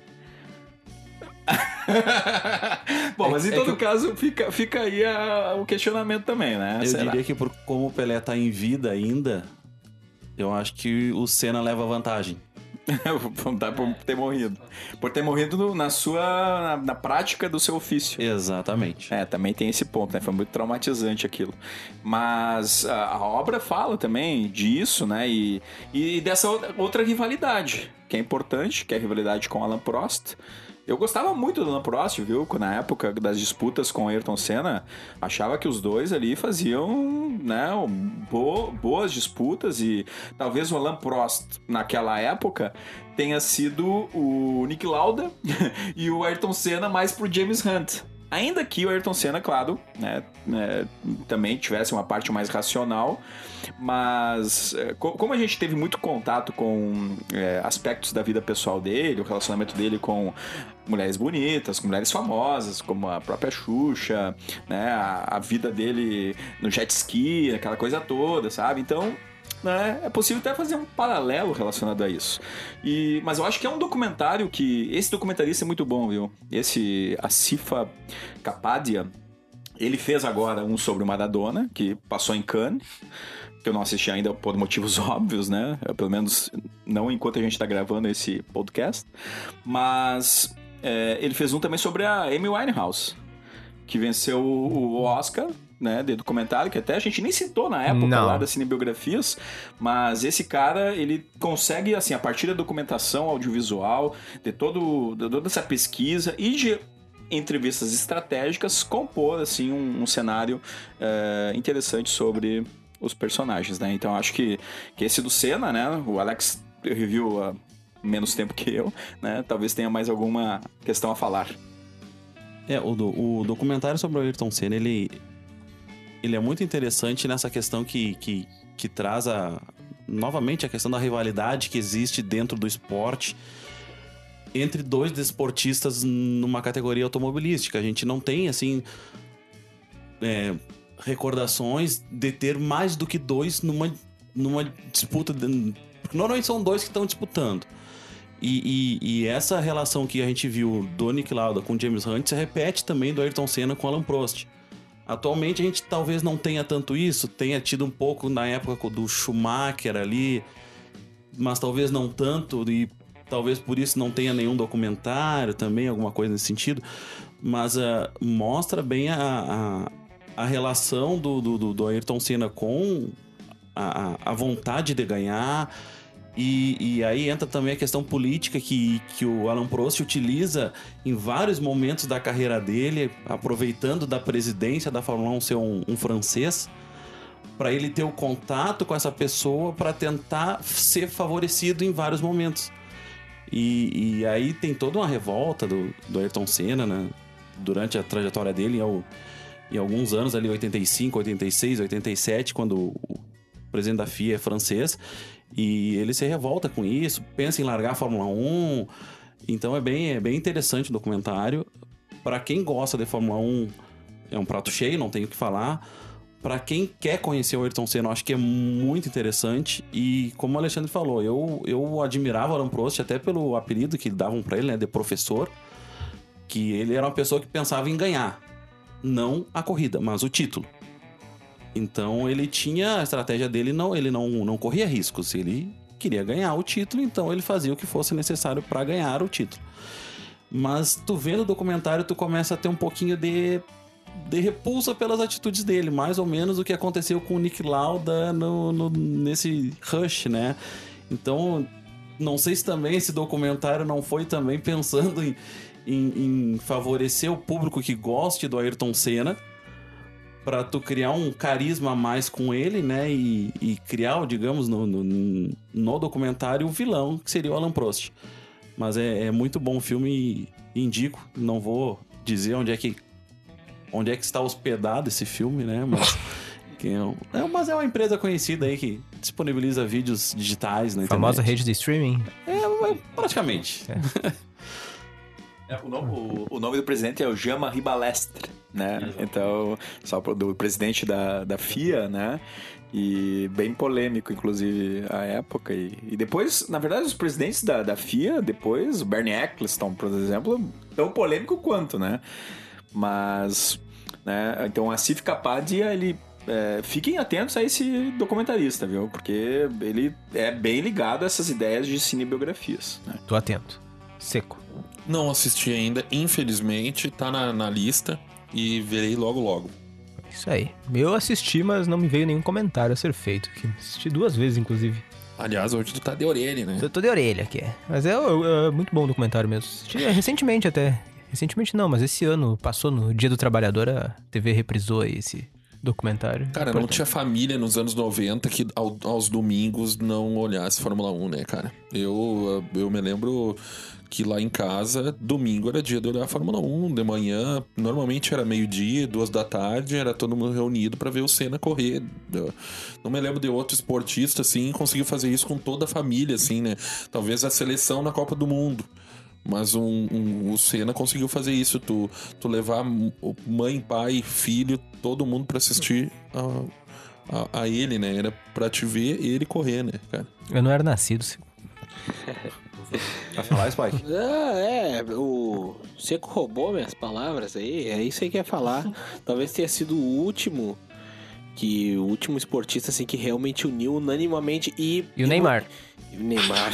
Bom, mas em É todo que- caso, fica, fica aí a- o questionamento também, né? Eu Será? diria que por como o Pelé tá em vida ainda, eu acho que o Senna leva vantagem. Dá por ter morrido. Por ter morrido no- na sua. Na, na prática do seu ofício. Exatamente. É, também tem esse ponto, né? Foi muito traumatizante aquilo. Mas a, a obra fala também disso, né? E, e dessa outra- outra rivalidade, que é importante, que é a rivalidade com Alan Prost. Eu gostava muito do Alan Prost, viu? Na época das disputas com Ayrton Senna, achava que os dois ali faziam, né, bo- boas disputas e talvez o Alan Prost, naquela época, tenha sido o Nick Lauda e o Ayrton Senna mais pro James Hunt. Ainda que o Ayrton Senna, claro, né, né, também tivesse uma parte mais racional, mas é, co- como a gente teve muito contato com é, aspectos da vida pessoal dele, o relacionamento dele com mulheres bonitas, com mulheres famosas, como a própria Xuxa, né, a, a vida dele no jet ski, aquela coisa toda, sabe? Então, né, é possível até fazer um paralelo relacionado a isso. E, mas eu acho que é um documentário que... Esse documentarista é muito bom, viu? Esse Asifa Kapadia, ele fez agora um sobre o Maradona, que passou em Cannes, que eu não assisti ainda por motivos óbvios, né? Pelo menos não enquanto a gente tá gravando esse podcast. Mas é, ele fez um também sobre a Amy Winehouse, que venceu o Oscar, né, de documentário, que até a gente nem citou na época Não. lá das cinebiografias, mas esse cara, ele consegue, assim, a partir da documentação audiovisual, de, todo, de toda essa pesquisa e de entrevistas estratégicas, compor, assim, um, um cenário é, interessante sobre os personagens, né? Então, acho que, que esse do Senna, né, o Alex review há menos tempo que eu, né, talvez tenha mais alguma questão a falar. É, o, do- o documentário sobre o Ayrton Senna, ele, ele é muito interessante nessa questão que, que, que traz a, novamente a questão da rivalidade que existe dentro do esporte entre dois desportistas numa categoria automobilística. A gente não tem, assim, é, recordações de ter mais do que dois numa, numa disputa. De, normalmente são dois que estão disputando. E, e, e essa relação que a gente viu do Nick Lauda com James Hunt se repete também do Ayrton Senna com Alan Prost. Atualmente a gente talvez não tenha tanto isso, tenha tido um pouco na época do Schumacher ali, mas talvez não tanto, e talvez por isso não tenha nenhum documentário também, alguma coisa nesse sentido. Mas uh, mostra bem a, a, a relação do, do, do Ayrton Senna com a, a vontade de ganhar. E, e aí entra também a questão política que, que o Alan Prost utiliza em vários momentos da carreira dele, aproveitando da presidência da Fórmula um ser um, um francês, para ele ter o contato com essa pessoa para tentar ser favorecido em vários momentos. E, e aí tem toda uma revolta do, do Ayrton Senna, né? Durante a trajetória dele, em, em alguns anos, ali oitenta e cinco, oitenta e seis, oitenta e sete, quando o presidente da F I A é francês, e ele se revolta com isso, pensa em largar a Fórmula um. Então é bem, é bem interessante o documentário. Para quem gosta de Fórmula um, é um prato cheio, não tenho o que falar. Para quem quer conhecer o Ayrton Senna, eu acho que é muito interessante. E como o Alexandre falou, eu, eu admirava o Alan Prost até pelo apelido que davam para ele, né, de professor. Que ele era uma pessoa que pensava em ganhar, não a corrida, mas o título. Então ele tinha a estratégia dele, não, ele não, não corria riscos, ele queria ganhar o título, então ele fazia o que fosse necessário para ganhar o título. Mas tu vendo o documentário, tu começa a ter um pouquinho de, de repulsa pelas atitudes dele, mais ou menos o que aconteceu com o Nick Lauda no, no, nesse rush, né? Então, não sei se também esse documentário não foi também pensando em, em, em favorecer o público que goste do Ayrton Senna, para tu criar um carisma a mais com ele, né? E, e criar, digamos, no, no, no documentário o vilão, que seria o Alan Prost. Mas é, é muito bom o filme e indico. Não vou dizer onde é que onde é que está hospedado esse filme, né? Mas, que é, é, mas é uma empresa conhecida aí que disponibiliza vídeos digitais na internet. Famosa rede de streaming? É, é praticamente. É. É, o, nome, o, o nome do presidente é o Jean-Marie Balestre, né? Exato. Então, só do presidente da, da F I A, né? E bem polêmico, inclusive, a época. E, e depois, na verdade, os presidentes da, da F I A, depois, o Bernie Ecclestone, por exemplo, tão polêmico quanto, né? Mas, né? Então, a Asif Kapadia, ele... É, fiquem atentos a esse documentarista, viu? Porque ele é bem ligado a essas ideias de cinebiografias, né? Tô atento. Seco. Não assisti ainda, infelizmente, tá na, na lista e verei logo logo. Isso aí. Eu assisti, mas não me veio nenhum comentário a ser feito. Assisti duas vezes, inclusive. Aliás, hoje tu tá de orelha, né? Eu tô de orelha aqui. Mas é, é, é muito bom o documentário mesmo. Assisti recentemente até. Recentemente não, mas esse ano passou no Dia do Trabalhador, a T V reprisou aí esse documentário. Cara, não tinha família nos anos noventa que ao, aos domingos não olhasse Fórmula um, né, cara? Eu, eu me lembro que lá em casa, domingo era dia de olhar a Fórmula um, de manhã, normalmente era meio-dia, duas da tarde, era todo mundo reunido pra ver o Senna correr. Eu não me lembro de outro esportista, assim, conseguiu fazer isso com toda a família, assim, né? Talvez a seleção na Copa do Mundo. Mas um, um, o Senna conseguiu fazer isso, tu, tu levar mãe, pai, filho, todo mundo pra assistir a, a, a ele, né? Era pra te ver ele correr, né, cara? Eu não era nascido, Seco. Vai falar, Spike? Ah, é, o Seco roubou minhas palavras aí, é isso aí que ia falar. Talvez tenha sido o último, que o último esportista assim que realmente uniu unanimamente e... E o Neymar. E o Neymar.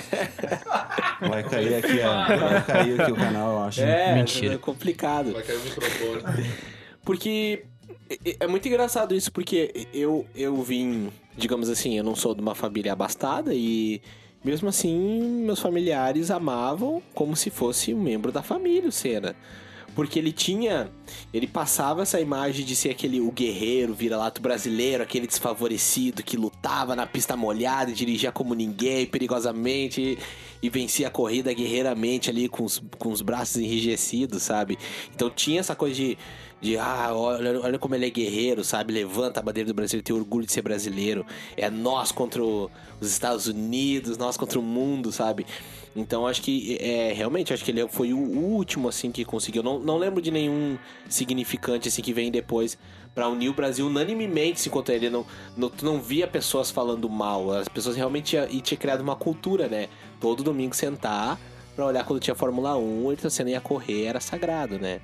Vai cair aqui, ó. Vai cair aqui o canal, eu acho. É, mentira. É complicado. Vai cair o microfone. Porque é muito engraçado isso, porque eu, eu vim, digamos assim, eu não sou de uma família abastada e... Mesmo assim, meus familiares amavam como se fosse um membro da família, o Senna. Porque ele tinha... Ele passava essa imagem de ser aquele o guerreiro, vira-lata brasileiro, aquele desfavorecido que lutava na pista molhada e dirigia como ninguém, perigosamente, e, e vencia a corrida guerreiramente ali com os, com os braços enrijecidos, sabe? Então tinha essa coisa de... De, ah, olha, olha como ele é guerreiro, sabe? Levanta a bandeira do Brasil, tem orgulho de ser brasileiro. É nós contra o, os Estados Unidos, nós contra o mundo, sabe? Então acho que, é, realmente, acho que ele foi o último, assim, que conseguiu. Não, não lembro de nenhum significante, assim, que vem depois pra unir o Brasil unanimemente se contra ele. Não, não, tu não via pessoas falando mal. As pessoas realmente iam, e tinha criado uma cultura, né? Todo domingo sentar pra olhar quando tinha Fórmula um, ele torcendo ia correr, era sagrado, né?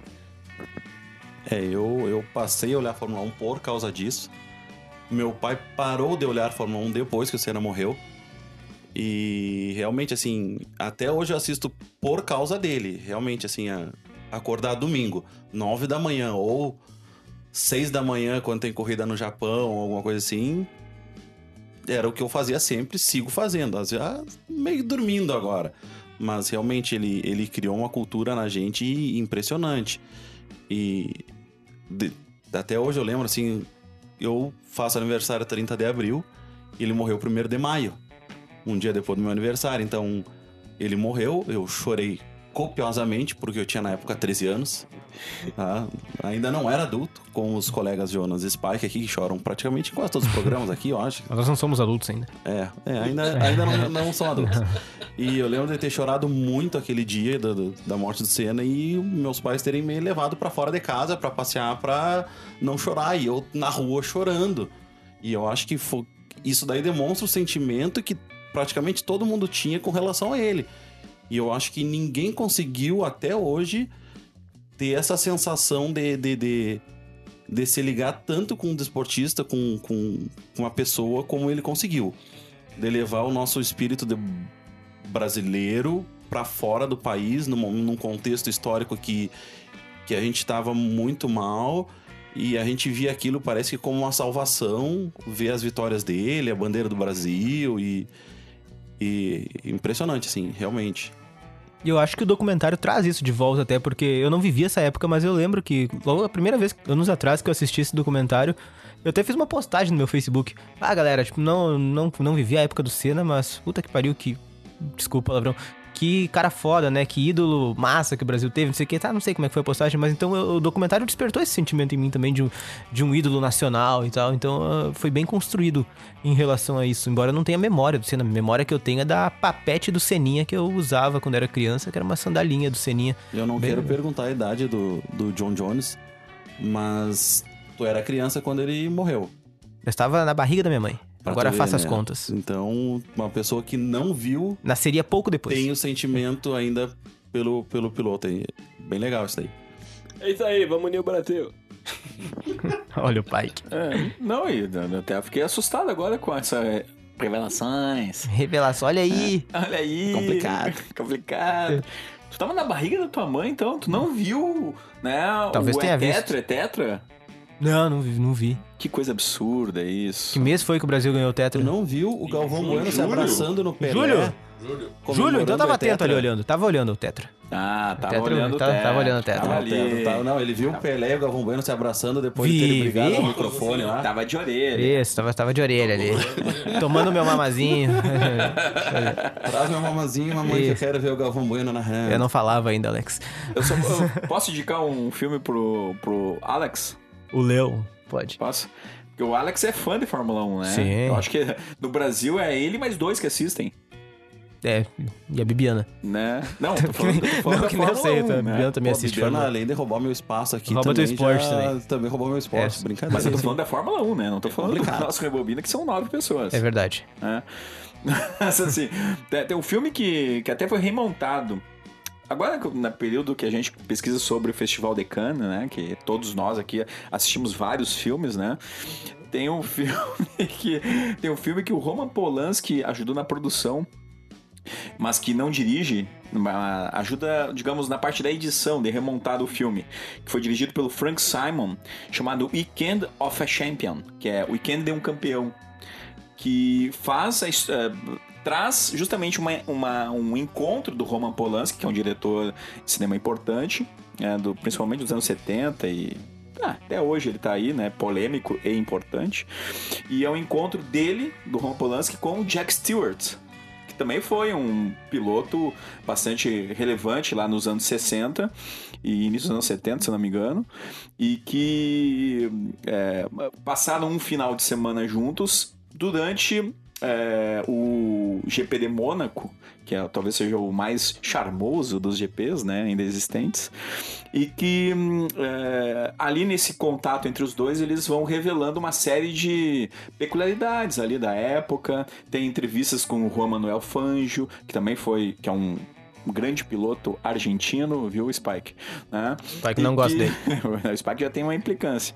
É, eu, eu passei a olhar a Fórmula um por causa disso. Meu pai parou de olhar a Fórmula um depois que o Senna morreu. E realmente, assim, até hoje eu assisto por causa dele. Realmente, assim, a, acordar domingo, nove da manhã ou seis da manhã, quando tem corrida no Japão, alguma coisa assim, era o que eu fazia sempre, sigo fazendo. Às vezes, meio dormindo agora. Mas realmente ele, ele criou uma cultura na gente impressionante. E de, até hoje eu lembro, assim, eu faço aniversário trinta de abril, e ele morreu primeiro de maio. Um dia depois do meu aniversário. Então, ele morreu, eu chorei copiosamente, porque eu tinha na época treze anos. Tá? Ainda não era adulto, com os colegas Jonas e Spike aqui, que choram praticamente em quase todos os programas aqui, eu acho. Nós não somos adultos ainda. É, é ainda, ainda não, não são adultos. E eu lembro de ter chorado muito aquele dia da, da morte do Senna e meus pais terem me levado pra fora de casa pra passear, pra não chorar. E eu na rua chorando. E eu acho que foi, isso daí demonstra o sentimento que praticamente todo mundo tinha com relação a ele. E eu acho que ninguém conseguiu até hoje ter essa sensação de, de, de, de se ligar tanto com um desportista, com, com, com uma pessoa, como ele conseguiu. De levar o nosso espírito de brasileiro para fora do país, num, num contexto histórico que, que a gente estava muito mal. E a gente via aquilo, parece que como uma salvação, ver as vitórias dele, a bandeira do Brasil e... E impressionante, assim, realmente. E eu acho que o documentário traz isso de volta até, porque eu não vivi essa época, mas eu lembro que logo a primeira vez, anos atrás, que eu assisti esse documentário, eu até fiz uma postagem no meu Facebook. Ah, galera, tipo, não, não, não vivi a época do Senna, mas puta que pariu, que... Desculpa o palavrão. Que cara foda, né? Que ídolo massa que o Brasil teve, não sei o que. Tá, não sei como é que foi a postagem, mas então eu, o documentário despertou esse sentimento em mim também de um, de um ídolo nacional e tal. Então uh, foi bem construído em relação a isso. Embora eu não tenha memória do Senna. A memória que eu tenho é da papete do Seninha que eu usava quando era criança, que era uma sandalinha do Seninha. Eu não bem... quero perguntar a idade do, do John Jones, mas tu era criança quando ele morreu. Eu estava na barriga da minha mãe. Pra Agora ver, faça né? as contas. Então, uma pessoa que não viu... Nasceria pouco depois. Tem o sentimento ainda pelo, pelo piloto. Bem legal isso daí. É isso aí, vamos unir o Brasil. Olha o Pike. É, não, e até fiquei assustado agora com essa revelações. Revelação, olha aí. É, olha aí. Complicado. Complicado. Tu tava na barriga da tua mãe, então? Tu não viu, né? Talvez o tenha é visto. tetra, é tetra? Não, não vi, não vi. Que coisa absurda isso. Que mês foi que o Brasil ganhou o tetra? Tu não viu o Galvão Bueno se abraçando no Pelé? Júlio? Júlio, então tava o atento tetra? ali olhando. Tava olhando o tetra. Ah, tava Tetra, olhando o tava- tetra. tava olhando o tetra. Tava Não, ali. tetra, tava- não, ele viu o Pelé e o Galvão Bueno se abraçando depois de Vi, terem brigado vi. no microfone lá. Tava de orelha. Isso, tava, tava de orelha ali. Tomando meu mamazinho. Traz meu mamazinho, mamãe, que eu Isso. quero ver o Galvão Bueno narrando. Eu não falava ainda, Alex. Eu, só, eu posso indicar um filme pro, pro Alex? O Leão, pode. Posso? Porque o Alex é fã de Fórmula um, né? Sim. Eu acho que no Brasil é ele mais dois que assistem, É, e a Bibiana. né? Não, tô falando, tô falando Não, da que nem eu Fórmula sei, um, tá? A né? Bibiana também Pô, assiste Bibiana, Fórmula. além de roubar meu espaço aqui, Rouba teu também, esporte já, também. também roubou meu esporte. É. Brincadeira. Mas eu tô falando da Fórmula um, né? Não tô falando complicado. do nosso Rebobina, que são nove pessoas. É verdade. né? Mas assim, tem, tem um filme que, que até foi remontado. Agora, no período que a gente pesquisa sobre o Festival de Cannes, né? Que todos nós aqui assistimos vários filmes, né? Tem um filme que tem um filme que o Roman Polanski ajudou na produção, mas que não dirige, uma- ajuda, digamos, na parte da edição, de remontar o filme, que foi dirigido pelo Frank Simon, chamado Weekend of a Champion, que é Weekend de um Campeão, que faz a his- eh, traz justamente uma, uma- um encontro do Roman Polanski, que é um diretor de cinema importante, né, do, principalmente dos anos setenta e ah, até hoje ele tá aí, né, polêmico e importante, e é um encontro dele, do Roman Polanski, com o Jack Stewart, que também foi um piloto bastante relevante lá nos anos sessenta e início dos anos setenta, se eu não me engano, e que é, passaram um final de semana juntos durante é, o G P de Mônaco, que é, talvez seja o mais charmoso dos G Ps, né, ainda existentes, e que é, ali nesse contato entre os dois eles vão revelando uma série de peculiaridades ali da época. Tem entrevistas com o Juan Manuel Fangio, que também foi, que é um um grande piloto argentino, viu, Spike? Né? Spike não gosta dele. O Spike já tem uma implicância.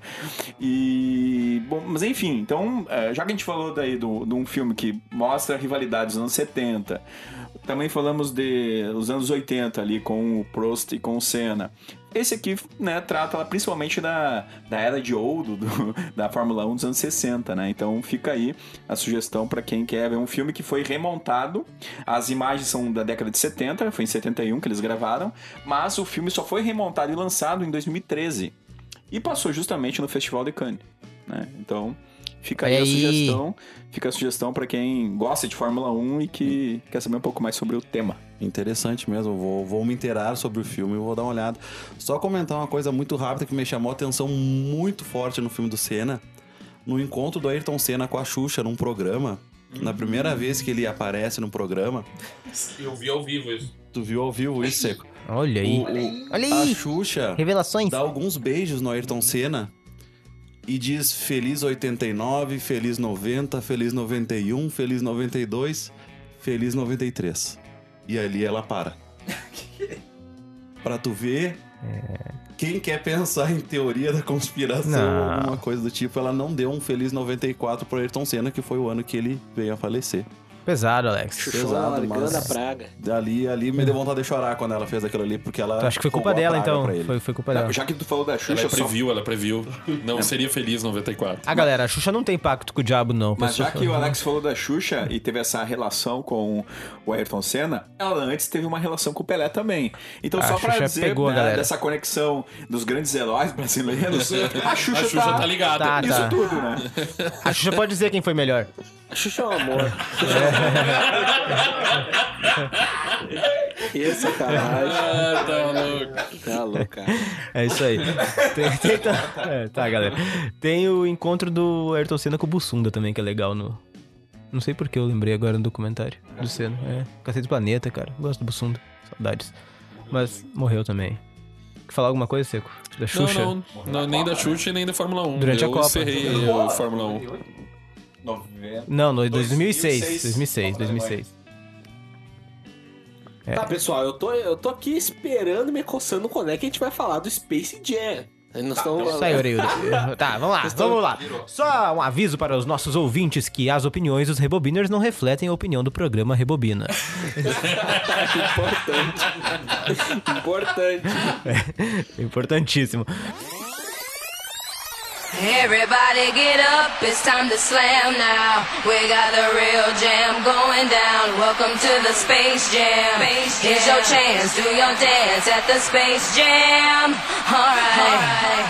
E, bom, mas enfim, então, já que a gente falou daí do, de um filme que mostra a rivalidade dos anos setenta, também falamos de os anos oitenta ali com o Prost e com o Senna. Esse aqui, né, trata principalmente da, da era de ouro do, da Fórmula um dos anos sessenta, né? Então fica aí a sugestão para quem quer ver um filme que foi remontado. As imagens são da década de setenta, foi em setenta e um que eles gravaram, mas o filme só foi remontado e lançado em dois mil e treze e passou justamente no Festival de Cannes, né? Então fica aí, aí a sugestão, fica a sugestão para quem gosta de Fórmula um e que quer saber um pouco mais sobre o tema. Interessante mesmo, vou, vou me inteirar sobre o filme e vou dar uma olhada. Só comentar uma coisa muito rápida que me chamou a atenção muito forte no filme do Senna. No encontro do Ayrton Senna com a Xuxa num programa, hum. na primeira vez que ele aparece no programa... Eu vi ao vivo isso. Tu viu ao vivo isso, Seco? Olha aí. O, o, Olha aí. A Xuxa Revelações. Dá alguns beijos no Ayrton Senna e diz feliz oitenta e nove, feliz noventa, feliz noventa e um, feliz noventa e dois, feliz noventa e três. E ali ela para. Pra tu ver, é... quem quer pensar em teoria da conspiração não. ou alguma coisa do tipo, ela não deu um feliz noventa e quatro pro Ayrton Senna, que foi o ano que ele veio a falecer. Pesado, Alex. Pesado, mas... da praga. Ali, ali me deu vontade de chorar quando ela fez aquilo ali, porque ela... Tu acha que foi culpa dela, então? Foi, foi culpa dela. Já que tu falou da Xuxa... Ela só... previu, ela previu. Não seria feliz noventa e quatro. Ah, galera, a Xuxa não tem pacto com o diabo, não. Mas já que o Alex não. falou da Xuxa e teve essa relação com o Ayrton Senna, ela antes teve uma relação com o Pelé também. Então, a só pra Xuxa dizer, pegou, né, dessa conexão dos grandes heróis brasileiros, a Xuxa, A Xuxa tá... tá ligada. Tá, Isso tá. tudo, né? A Xuxa pode dizer quem foi melhor. A Xuxa é um amor. Que sacanagem. Ah, tá louco. Tá louco, cara. É isso aí. Tem, tem, tá, é, tá, galera. Tem o encontro do Ayrton Senna com o Bussunda também, que é legal no... Não sei porque eu lembrei agora no documentário do Senna. É, Cacete do Planeta, cara. Gosto do Bussunda. Saudades. Mas morreu também. Quer falar alguma coisa, Seco? Da Xuxa? Não, não, não, nem da Xuxa e nem da Fórmula um. Durante eu a Copa. encerrei a Fórmula um. Não, no dois mil e seis. dois mil e seis, dois mil e seis. É. Tá, pessoal, eu tô, eu tô aqui esperando, me coçando quando é que a gente vai falar do Space Jam. Nós estamos... Isso aí, Oreildo. Tá, vamos lá, vamos lá. Só um aviso para os nossos ouvintes que as opiniões dos Rebobiners não refletem a opinião do programa Rebobina. Importante. Importante. É, importantíssimo. Everybody get up, it's time to slam now. We got the real jam going down. Welcome to the Space Jam. Space Jam. Here's your chance, do your dance at the Space Jam. Alright.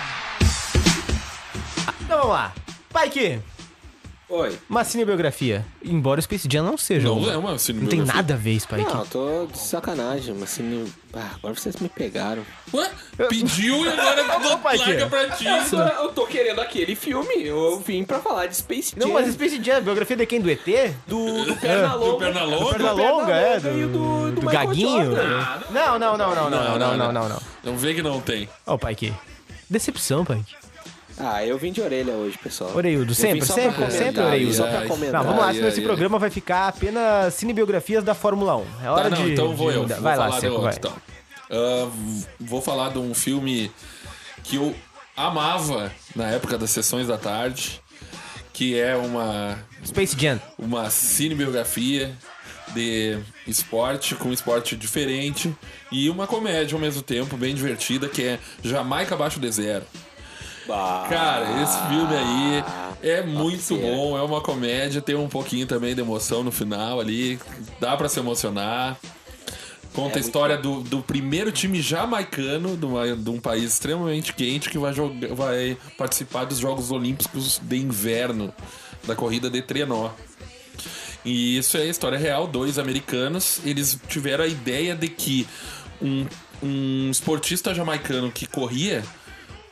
Então vamos lá. Pike, Oi. uma cinebiografia. Embora o Space Jam não seja. Não uma, é uma Não tem cinebiografia. nada a ver, Spike. Não, eu tô de sacanagem, mas assim... Ah, agora vocês me pegaram. Ué? Pediu e agora não Pai, que? larga pra ti. Eu tô, eu tô querendo aquele filme, eu vim pra falar de Space Jam. Não, mas Space Jam, a biografia de quem? Do E T? Do, do Pernalonga. Do Pernalonga? Perna longa, é? e Do, do- do do Michael Gaguinho? Jordan. Não, não, não, não, não, não, não, não, não. Não vê que não tem. Ó, o Pike. Decepção, Pike. Ah, eu vim de orelha hoje, pessoal. Oreildo, Eu sempre, vim só pra sempre, comentar, sempre, Oreildo. Só pra Ai, comentar. Não, vamos lá, Ai, senão esse ai, programa vai ficar apenas cinebiografias da Fórmula um. É hora Tá, não, de... então vou de eu. mudar. Vou Vai lá, falar Seco, do vai. outro, então. Ah, v- vou falar de um filme que eu amava na época das sessões da tarde, que é uma, Space Jam. uma cinebiografia de esporte, com um esporte diferente e uma comédia ao mesmo tempo, bem divertida, que é Jamaica Abaixo de Zero. Cara, esse filme aí é muito bom, é uma comédia, tem um pouquinho também de emoção no final ali, dá pra se emocionar. Conta a história do, do primeiro time jamaicano de, uma, de um país extremamente quente que vai, jogar, vai participar dos Jogos Olímpicos de Inverno, da corrida de trenó. E isso é a história real, dois americanos, eles tiveram a ideia de que um, um esportista jamaicano que corria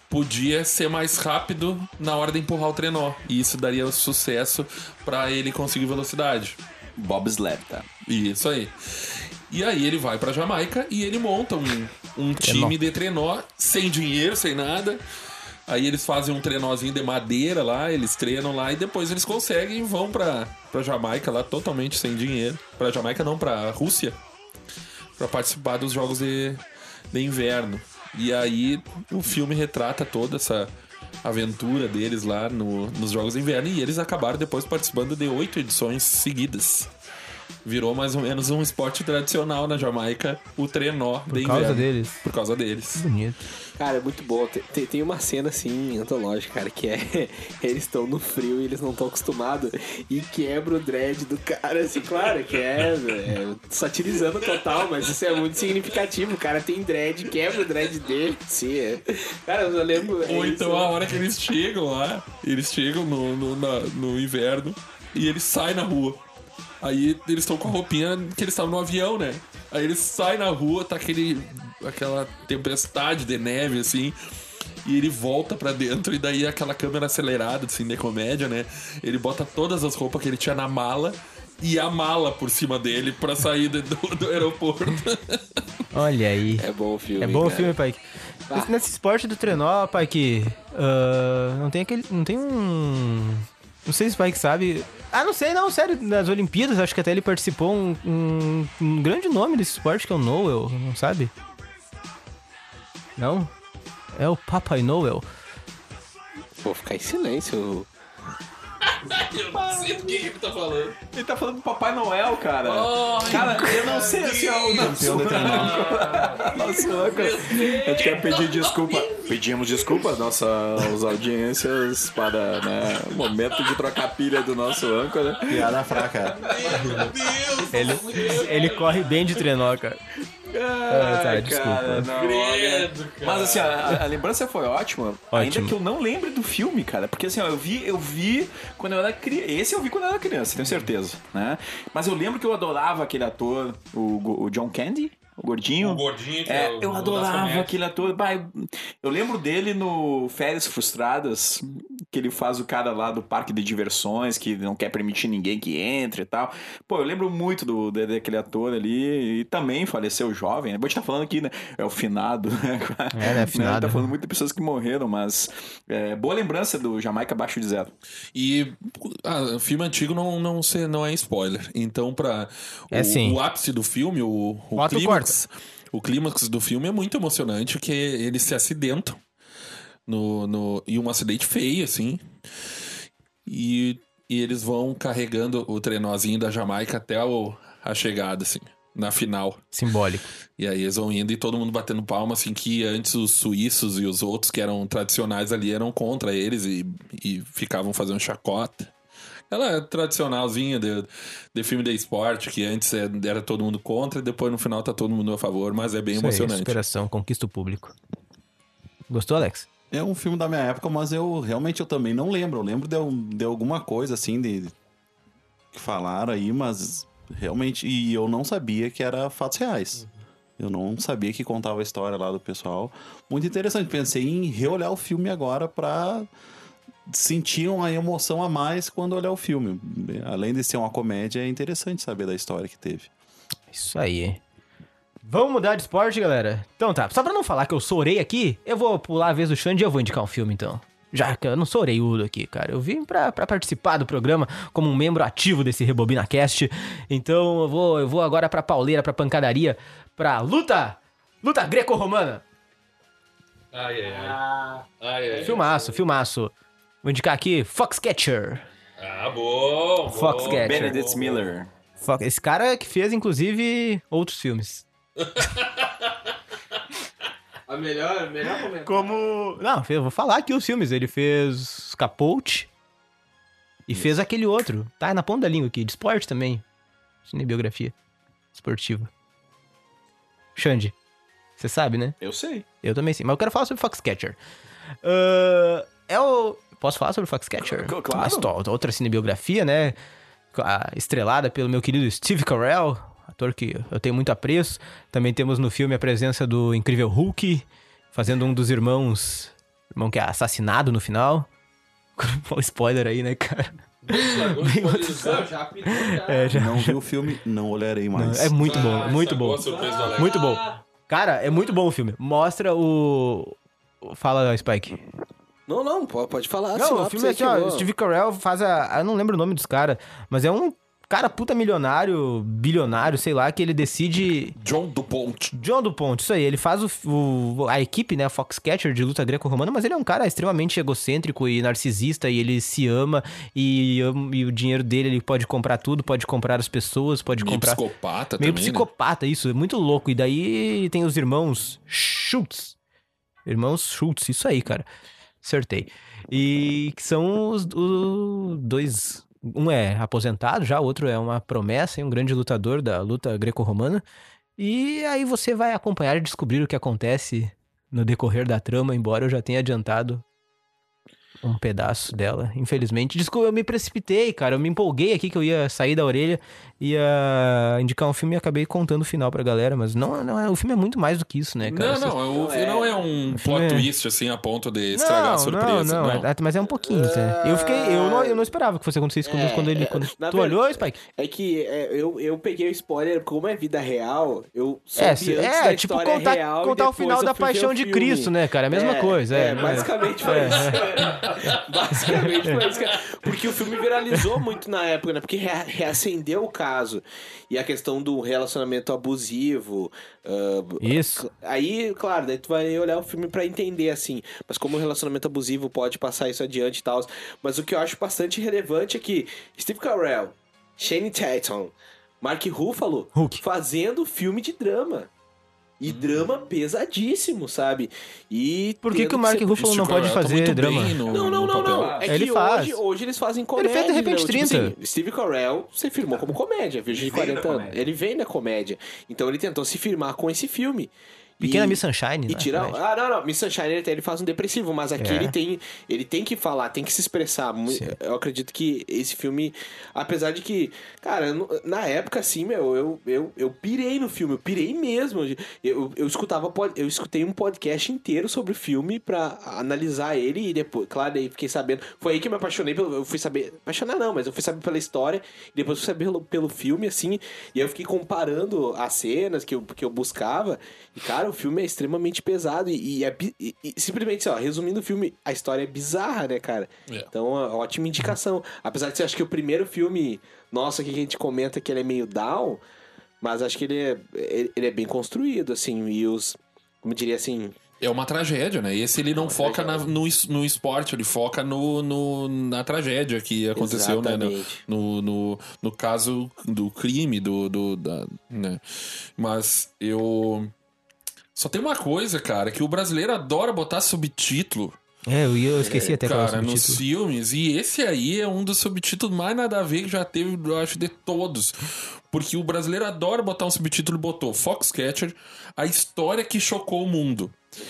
podia ser mais rápido na hora de empurrar o trenó. E isso daria sucesso pra ele conseguir velocidade. Bobsled, tá? Isso aí. E aí ele vai pra Jamaica e ele monta um, um time de trenó sem dinheiro, sem nada. Aí eles fazem um trenózinho de madeira lá, eles treinam lá e depois eles conseguem e vão pra, pra Jamaica lá totalmente sem dinheiro. Pra Jamaica não, pra Rússia. Pra participar dos jogos de, de inverno. E aí o filme retrata toda essa aventura deles lá no, nos jogos de inverno. E eles acabaram depois participando de oito edições seguidas. Virou mais ou menos um esporte tradicional na Jamaica, o trenó de inverno. Por causa deles. Por causa deles. Bonito. Cara, é muito bom. Tem, tem uma cena, assim, antológica, cara, que é... Eles estão no frio e eles não estão acostumados e quebra o dread do cara, assim, claro que é, é satirizando total, mas isso é muito significativo. O cara tem dread, quebra o dread dele, assim, é... Cara, eu lembro... Ou é então isso. a hora que eles chegam lá, eles chegam no, no, na- no inverno e eles saem na rua. Aí eles estão com a roupinha que eles estavam no avião, né? Aí eles saem na rua, tá aquele, aquela tempestade de neve, assim. E ele volta pra dentro e daí aquela câmera acelerada, assim, de comédia, né? Ele bota todas as roupas que ele tinha na mala e a mala por cima dele pra sair de- do, do aeroporto. Olha aí. É bom o filme, É bom o cara. filme, Pike. Esse- Nesse esporte do trenó, Pike, ah, não tem aquele. Não tem um. Não sei se o Pike sabe. Ah, não sei, não, sério. Nas Olimpíadas, acho que até ele participou um, um, um grande nome desse esporte que é o Noel, não sabe? Não? É o Papai Noel. Vou ficar em silêncio. Eu não sei do que ele tá falando. Ele tá falando do Papai Noel, cara. Ai, cara, eu não sei se é o nosso nosso âncora. A gente quer pedir desculpa. Pedimos desculpa às nossas audiências para, né, o momento de trocar pilha do nosso âncora. Piada fraca. Ele, ele corre bem de trenó, cara. Ah, tá, desculpa. Cara, não, olha. Mas assim, a, a lembrança foi ótima, ainda Ótimo. que eu não lembre do filme, cara. Porque assim, ó, eu vi, eu vi quando eu era criança. Esse eu vi quando eu era criança, tenho certeza, né? Mas eu lembro que eu adorava aquele ator, o, o John Candy. O gordinho. O gordinho que é, é o- eu o das adorava comédias. aquele ator. Bah, eu, eu lembro dele no Férias Frustradas, que ele faz o cara lá do parque de diversões, que não quer permitir ninguém que entre e tal. Pô, eu lembro muito do, de- daquele ator ali. E também faleceu jovem. Né? Vou estar falando aqui, né? É o finado. Né? É, né? Finado. Tá falando muito de pessoas que morreram, mas é, boa lembrança do Jamaica abaixo de zero. E ah, filme antigo não, não, se- não é spoiler. Então, pra É o, sim. o ápice do filme, o, o Bota o clímax. O clímax do filme é muito emocionante, porque eles se acidentam no, no, e um acidente feio, assim. E, e eles vão carregando o trenózinho da Jamaica até o, a chegada, assim, na final. Simbólico. E aí eles vão indo e todo mundo batendo palma, assim, que antes os suíços e os outros que eram tradicionais ali eram contra eles e, e ficavam fazendo chacota. Ela é tradicionalzinha de, de filme de esporte, que antes é- era todo mundo contra e depois no final tá todo mundo a favor, mas é bem Isso aí, emocionante. superação, conquista o público. Gostou, Alex? É um filme da minha época, mas eu realmente eu também não lembro. Eu lembro de, um- de alguma coisa assim de que falaram aí, mas realmente e eu não sabia que era fatos reais. Eu não sabia que contava a história lá do pessoal. Muito interessante. Pensei em reolhar o filme agora pra sentir uma emoção a mais quando olhar o filme. Além de ser uma comédia, é interessante saber da história que teve. Isso aí. Vamos mudar de esporte, galera? Então tá, só pra não falar que eu sou orei aqui, eu vou pular a vez do Xande e eu vou indicar um filme, então. Já que eu não sou oreiudo aqui, cara. Eu vim pra, pra participar do programa como um membro ativo desse RebobinaCast. Então eu vou, eu vou agora pra pauleira, pra pancadaria, pra luta! Luta greco-romana! Ai, ai, ai. ai, ai. Filmaço, filmaço. Vou indicar aqui Foxcatcher. Ah, bom. Foxcatcher. Benedict Miller. Fo- Esse cara que fez, inclusive, outros filmes. A melhor, melhor comentário. Como... Não, eu vou falar aqui os filmes. Ele fez Capote e fez aquele outro. Tá na ponta da língua aqui. De esporte também. Cinebiografia esportiva. Xande, você sabe, né? Eu sei. Eu também sei. Mas eu quero falar sobre Foxcatcher. Ah, é o... Posso falar sobre Foxcatcher? C- claro. Uma histó- outra cinebiografia, né? A- Estrelada pelo meu querido Steve Carell, ator que eu tenho muito apreço. Também temos no filme a presença do incrível Hulk, fazendo um dos irmãos irmão que é assassinado no final. Olha o spoiler aí, né, cara? É, já, Não vi o filme, não olharei mais. é muito bom, Ah, muito sacou bom. a surpresa do Alex. Muito bom. Cara, é muito bom o filme. Mostra o... Fala, Spike. Não, não, pode, pode falar. Não, o sinopse filme é aí assim, que eu ó, vou- Steve Carell faz a... Eu não lembro o nome dos caras, mas é um cara puta milionário, bilionário, sei lá, que ele decide... John DuPont. John DuPont, isso aí, ele faz o, o- a equipe, né, a Foxcatcher de luta greco-romana, mas ele é um cara extremamente egocêntrico e narcisista, e ele se ama, e, am- e o dinheiro dele, ele pode comprar tudo, pode comprar as pessoas, pode Meio comprar... psicopata Meio também, né? psicopata, isso, é muito louco. E daí tem os irmãos Schultz. Irmãos Schultz, isso aí, cara. Acertei. E que são os, os dois... Um é aposentado já, o outro é uma promessa, e um grande lutador da luta greco-romana. E aí você vai acompanhar e descobrir o que acontece no decorrer da trama, embora eu já tenha adiantado um pedaço dela, infelizmente. Desculpa, eu me precipitei, cara. Eu me empolguei aqui que eu ia sair da orelha, ia indicar um filme e acabei contando o final pra galera, mas não, não é, o filme é muito mais do que isso, né, cara? Não, não, o filme não é um plot filme é- twist, assim, a ponto de estragar a surpresa. Não, não, é- mas é um pouquinho, né? Eu fiquei, eu não, eu não esperava que fosse acontecer isso quando, É, quando ele, quando na tu verdade- olhou, Spike? É que é, eu, eu peguei o spoiler, como é vida real, eu soube É, antes se- da é tipo história contar, real e contar o depois final eu da fui ver Paixão o de filme. Cristo, né, cara? É a mesma coisa. É, É, basicamente foi É, isso. Basicamente foi isso, cara. Porque o filme viralizou muito na época, né? Porque rea- reacendeu o caso. E a questão do relacionamento abusivo. ah, Isso. Aí, claro, daí tu vai olhar o filme pra entender, assim. Mas como o relacionamento abusivo pode passar isso adiante e tal. Mas o que eu acho bastante relevante é que Steve Carell, Shane Tatum, Mark Ruffalo Hulk. fazendo filme de drama. E drama pesadíssimo, sabe? E Por que, tendo que o Mark ser- Ruffalo não pode fazer drama? No, Não, não, no não, papel. não. É Ele que faz. Hoje, hoje eles fazem comédia. fez, de repente, né? trinta. Tipo assim, Steve Carell se firmou como comédia, Virgem de Ele vem da quarenta anos. comédia. Ele vem da comédia. Então ele tentou se firmar com esse filme. Pequena E- Miss Sunshine, E né? tirar. Comédia. Ah, não, não. Miss Sunshine ele, até ele faz um depressivo, mas aqui É. ele tem. Ele tem que falar, tem que se expressar. Mu- Sim. Eu acredito que esse filme. Apesar de que. Cara, no- na época, assim, meu, eu, eu, eu pirei no filme, eu pirei mesmo. Eu, eu, escutava, pod- eu escutei um podcast inteiro sobre o filme pra analisar ele e depois, claro, aí fiquei sabendo. Foi aí que eu me apaixonei pelo. Eu fui saber. Apaixonar não, mas eu fui saber pela história e depois fui saber pelo, pelo filme, assim. E aí eu fiquei comparando as cenas que eu, que eu buscava. E, cara, o filme é extremamente pesado e, e é bi- e- e simplesmente, assim, ó, resumindo o filme, a história é bizarra, né, cara? É. Então, ó, ótima indicação. Apesar de você acho que o primeiro filme, nossa, que a gente comenta que ele é meio down, mas acho que ele é, ele, ele é bem construído, assim, e os, como eu diria assim, É uma tragédia, né? Esse ele não foca na- no, es- no esporte, ele foca no, no- na tragédia que aconteceu, né? No, Exatamente. no, no, no caso do crime, do, do da, né? Mas eu... Só tem uma coisa, cara, que o brasileiro adora botar subtítulo, É, eu, eu esqueci até qual é o cara, nos subtítulo. filmes. E esse aí é um dos subtítulos mais nada a ver que já teve, eu acho, de todos. Porque o brasileiro adora botar um subtítulo e botou Foxcatcher, a história que chocou o mundo.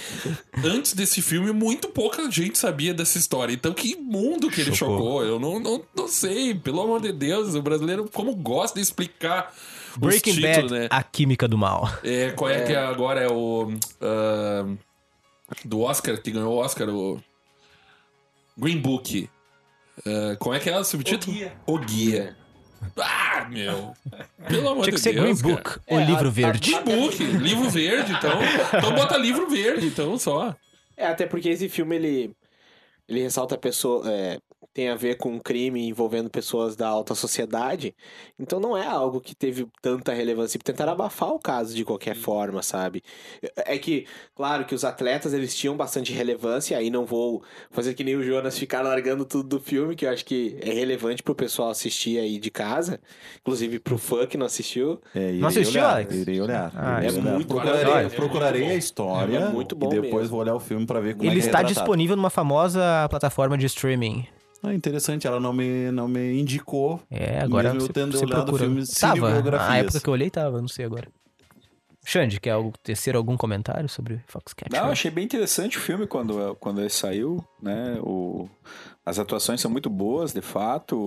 Antes desse filme, muito pouca gente sabia dessa história. Então, que mundo que ele Chocou. chocou? Eu não, não, não sei. Pelo amor de Deus, o brasileiro, como gosta de explicar Breaking os títulos, Bad, né? A Química do Mal. É, qual é, que é agora? É o... ah, do Oscar, que ganhou o Oscar, o... Green Book. Ah, como é que é o subtítulo? O Guia. O Guia. Ah, meu. Pelo amor Tinha que de ser Deus, Green cara. Book, o livro verde. Green Book, livro verde, então. Então bota livro verde, então só. é, até porque esse filme, ele, ele ressalta a pessoa, é, tem a ver com um crime envolvendo pessoas da alta sociedade, então não é algo que teve tanta relevância, tentaram abafar o caso de qualquer forma, sabe? É que, claro que os atletas, eles tinham bastante relevância, aí não vou fazer que nem o Jonas ficar largando tudo do filme, que eu acho que é relevante pro pessoal assistir aí de casa, inclusive pro fã que não assistiu. É, irei Não assistiu, olhar, Alex? Irei olhar. Ah, irei é olhar. muito procurarei, bacana. procurarei a história É muito bom e depois mesmo. vou olhar o filme pra ver como Ele é que é está retratado. disponível numa famosa plataforma de streaming. Ah, interessante, ela não me, não me indicou. É, agora mesmo você, eu tendo você olhado procura. filmes Tava, cinebiografias. na época que eu olhei tava, não sei agora. Xande, quer algo, tecer algum comentário sobre Foxcatcher? Não, eu achei bem interessante o filme quando, quando ele saiu, né? O, as atuações são muito boas, de fato.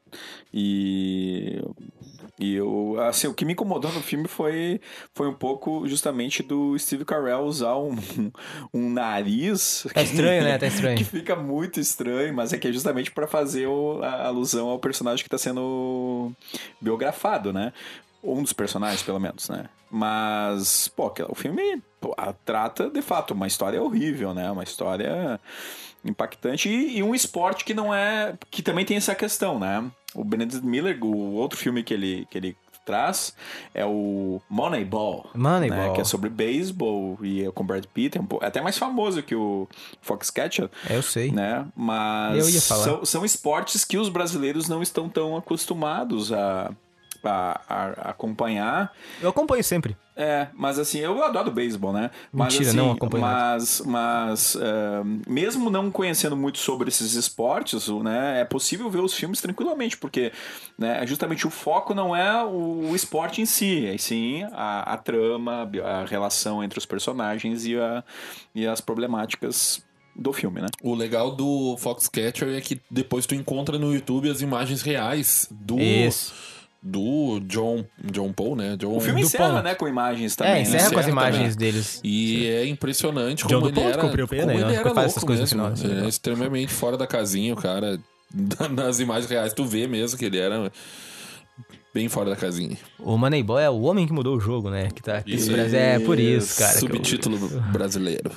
E... E eu, assim, o que me incomodou no filme foi, foi um pouco justamente do Steve Carell usar um, um nariz... Tá estranho, né? Tá estranho. Que fica muito estranho, mas é que é justamente pra fazer o, a alusão ao personagem que tá sendo biografado, né? Um dos personagens, pelo menos, né? Mas, pô, o filme pô, trata, de fato, uma história horrível, né? Uma história impactante e, e um esporte que não é... Que também tem essa questão, né? O Benedict Miller, o outro filme que ele, que ele traz é o Moneyball. Moneyball. Né? Que é sobre beisebol e é com Brad Pitt. É, um, é até mais famoso que o Foxcatcher. Eu sei. Né? Mas Eu ia falar. São, são esportes que os brasileiros não estão tão acostumados a... A, a, a acompanhar. Eu acompanho sempre. É, mas assim, eu adoro beisebol, né? Mas, Mentira, assim, não acompanho. Mas, mas uh, mesmo não conhecendo muito sobre esses esportes, né, é possível ver os filmes tranquilamente, porque né, justamente o foco não é o, o esporte em si, é sim a, a trama, a relação entre os personagens e, a, e as problemáticas do filme, né? O legal do Foxcatcher é que depois tu encontra no YouTube as imagens reais do... Isso. Do John, John Paul, né? John, O filme do encerra, ponto. né, com imagens também. É, encerra né? com as Encerra imagens também. deles. E Sim. é impressionante John como do ele ponto, era, comprei o pena, como né? ele era Faz louco essas coisas mesmo. no final, assim, é né? extremamente fora da casinha, o cara. Nas imagens reais, tu vê mesmo que ele era bem fora da casinha. O Moneyball é o homem que mudou o jogo, né? Que tá aqui Isso. no Brasil. É por isso, cara. que eu- Subtítulo brasileiro.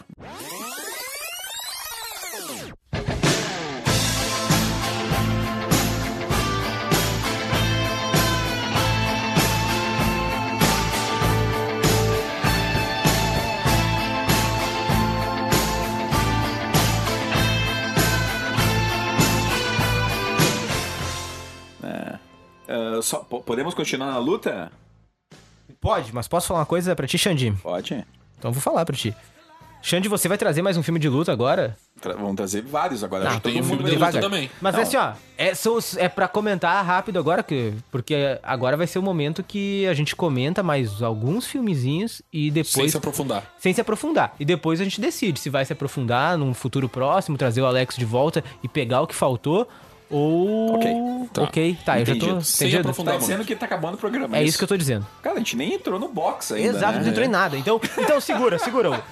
Uh, só, po- podemos continuar na luta? Pode, mas posso falar uma coisa pra ti, Xandi? Pode. Então eu vou falar pra ti. Xandi, você vai trazer mais um filme de luta agora? Tra- vamos trazer vários agora. Não, Acho que tem todo um mundo filme de vai- luta devagar. também. Mas Não. assim, ó, é, são os- é pra comentar rápido agora, que, porque agora vai ser o momento que a gente comenta mais alguns filmezinhos e depois... Sem se aprofundar. sem se aprofundar. E depois a gente decide se vai se aprofundar num futuro próximo, trazer o Alex de volta e pegar o que faltou, ou... Ok, tá. Ok, tá, eu já tô... Entendido. Sem Entendido? aprofundar. Tá dizendo que tá acabando o programa. É isso que eu tô dizendo. Cara, a gente nem entrou no box ainda, Exato, né? não entrou em nada. Então, então segura, segura. Hugo.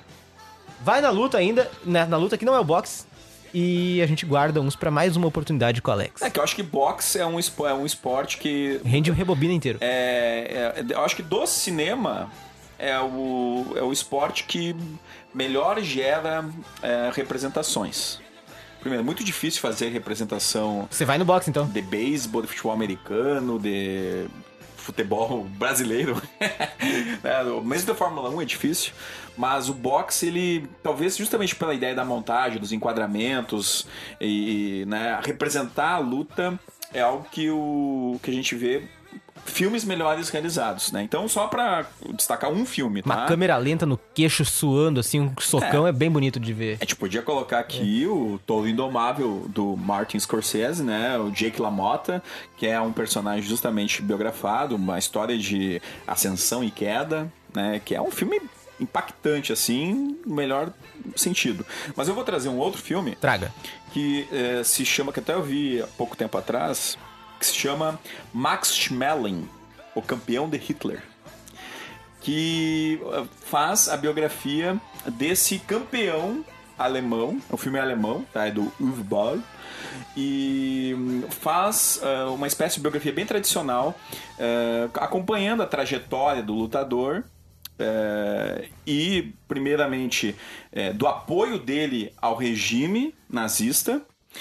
Vai na luta ainda, né, na luta que não é o box, e a gente guarda uns pra mais uma oportunidade com o Alex. É que eu acho que boxe é um, espo- é um esporte que... Rende um rebobina inteiro. É, é- eu acho que do cinema é o, é o esporte que melhor gera é, representações. Primeiro, é muito difícil fazer representação Você vai no box, então. de beisebol, de futebol americano, de futebol brasileiro. Né? Mesmo da Fórmula um é difícil, mas o boxe, ele, talvez justamente pela ideia da montagem, dos enquadramentos e, né, representar a luta é algo que, o, que a gente vê filmes melhores realizados, né? Então, só pra destacar um filme, tá? Uma câmera lenta no queixo suando, assim, um socão, é, bem bonito de ver. A gente podia colocar aqui o Tolo Indomável do Martin Scorsese, né? O Jake LaMotta, que é um personagem justamente biografado, uma história de ascensão e queda, né? Que é um filme impactante, assim, no melhor sentido. Mas eu vou trazer um outro filme Traga. que eh, se chama, que até eu vi há pouco tempo atrás, que se chama Max Schmeling, o campeão de Hitler, que eh, faz a biografia desse campeão alemão. O filme é alemão, tá? É do Uwe Boll. E hum, faz uh, uma espécie de biografia bem tradicional, uh, acompanhando a trajetória do lutador. Uh, e, primeiramente, uh, do apoio dele ao regime nazista.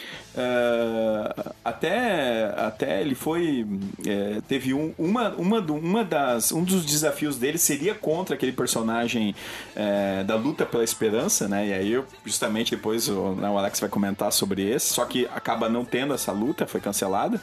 Uh, até, até ele foi é, teve um, uma, uma, do- uma das um dos desafios dele seria contra aquele personagem é, da luta pela esperança, né? E aí eu, justamente depois o, né, o Alex vai comentar sobre esse, só que acaba não tendo essa luta, foi cancelada.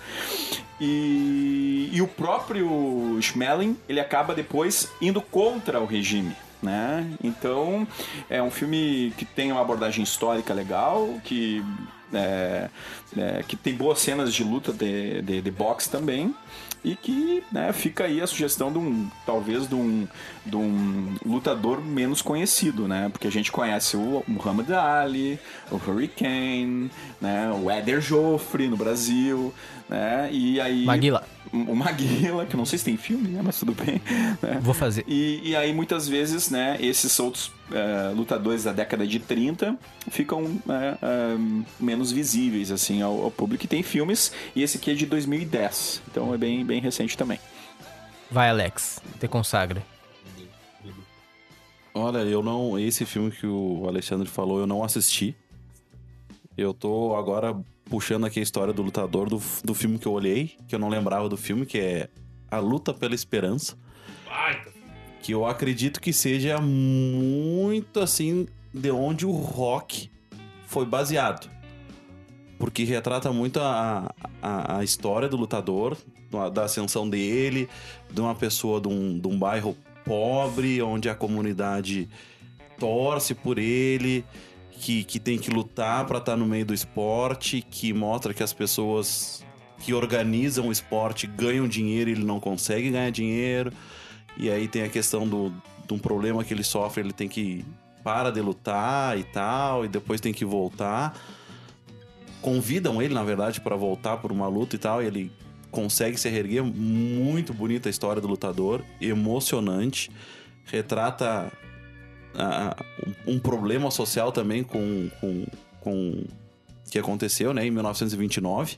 E, e o próprio Schmeling, ele acaba depois indo contra o regime, né? Então é um filme que tem uma abordagem histórica legal, que É, é, que tem boas cenas de luta de, de, de boxe também, e que, né, fica aí a sugestão de um, talvez de um, de um lutador menos conhecido, né? Porque a gente conhece o Muhammad Ali, o Hurricane, né? O Éder Joffre no Brasil, né? E aí... Maguila. O Maguila, que eu não sei se tem filme, né? Mas tudo bem. Né? Vou fazer. E, e aí, muitas vezes, né, esses outros uh, lutadores da década de trinta ficam uh, uh, menos visíveis, assim, ao, ao público. E tem filmes, e esse aqui é de dois mil e dez. Então é bem, bem recente também. Vai, Alex. Te consagra. Olha, eu não... Esse filme que o Alexandre falou, eu não assisti. Eu tô agora puxando aqui a história do lutador do, do filme que eu olhei, que eu não lembrava do filme, que é A Luta pela Esperança. Que eu acredito que seja muito, assim, de onde o rock foi baseado. Porque retrata muito a, a, a história do lutador, da ascensão dele, de uma pessoa de um, de um bairro pobre, onde a comunidade torce por ele, que, que tem que lutar para estar no meio do esporte, que mostra que as pessoas que organizam o esporte ganham dinheiro e ele não consegue ganhar dinheiro. E aí tem a questão do, de um problema que ele sofre, ele tem que para de lutar e tal, e depois tem que voltar. Convidam ele, na verdade, para voltar por uma luta e tal, e ele consegue se reerguer. Muito bonita a história do lutador, emocionante, retrata uh, um, um problema social também com, com, com que aconteceu, né, em mil novecentos e vinte e nove.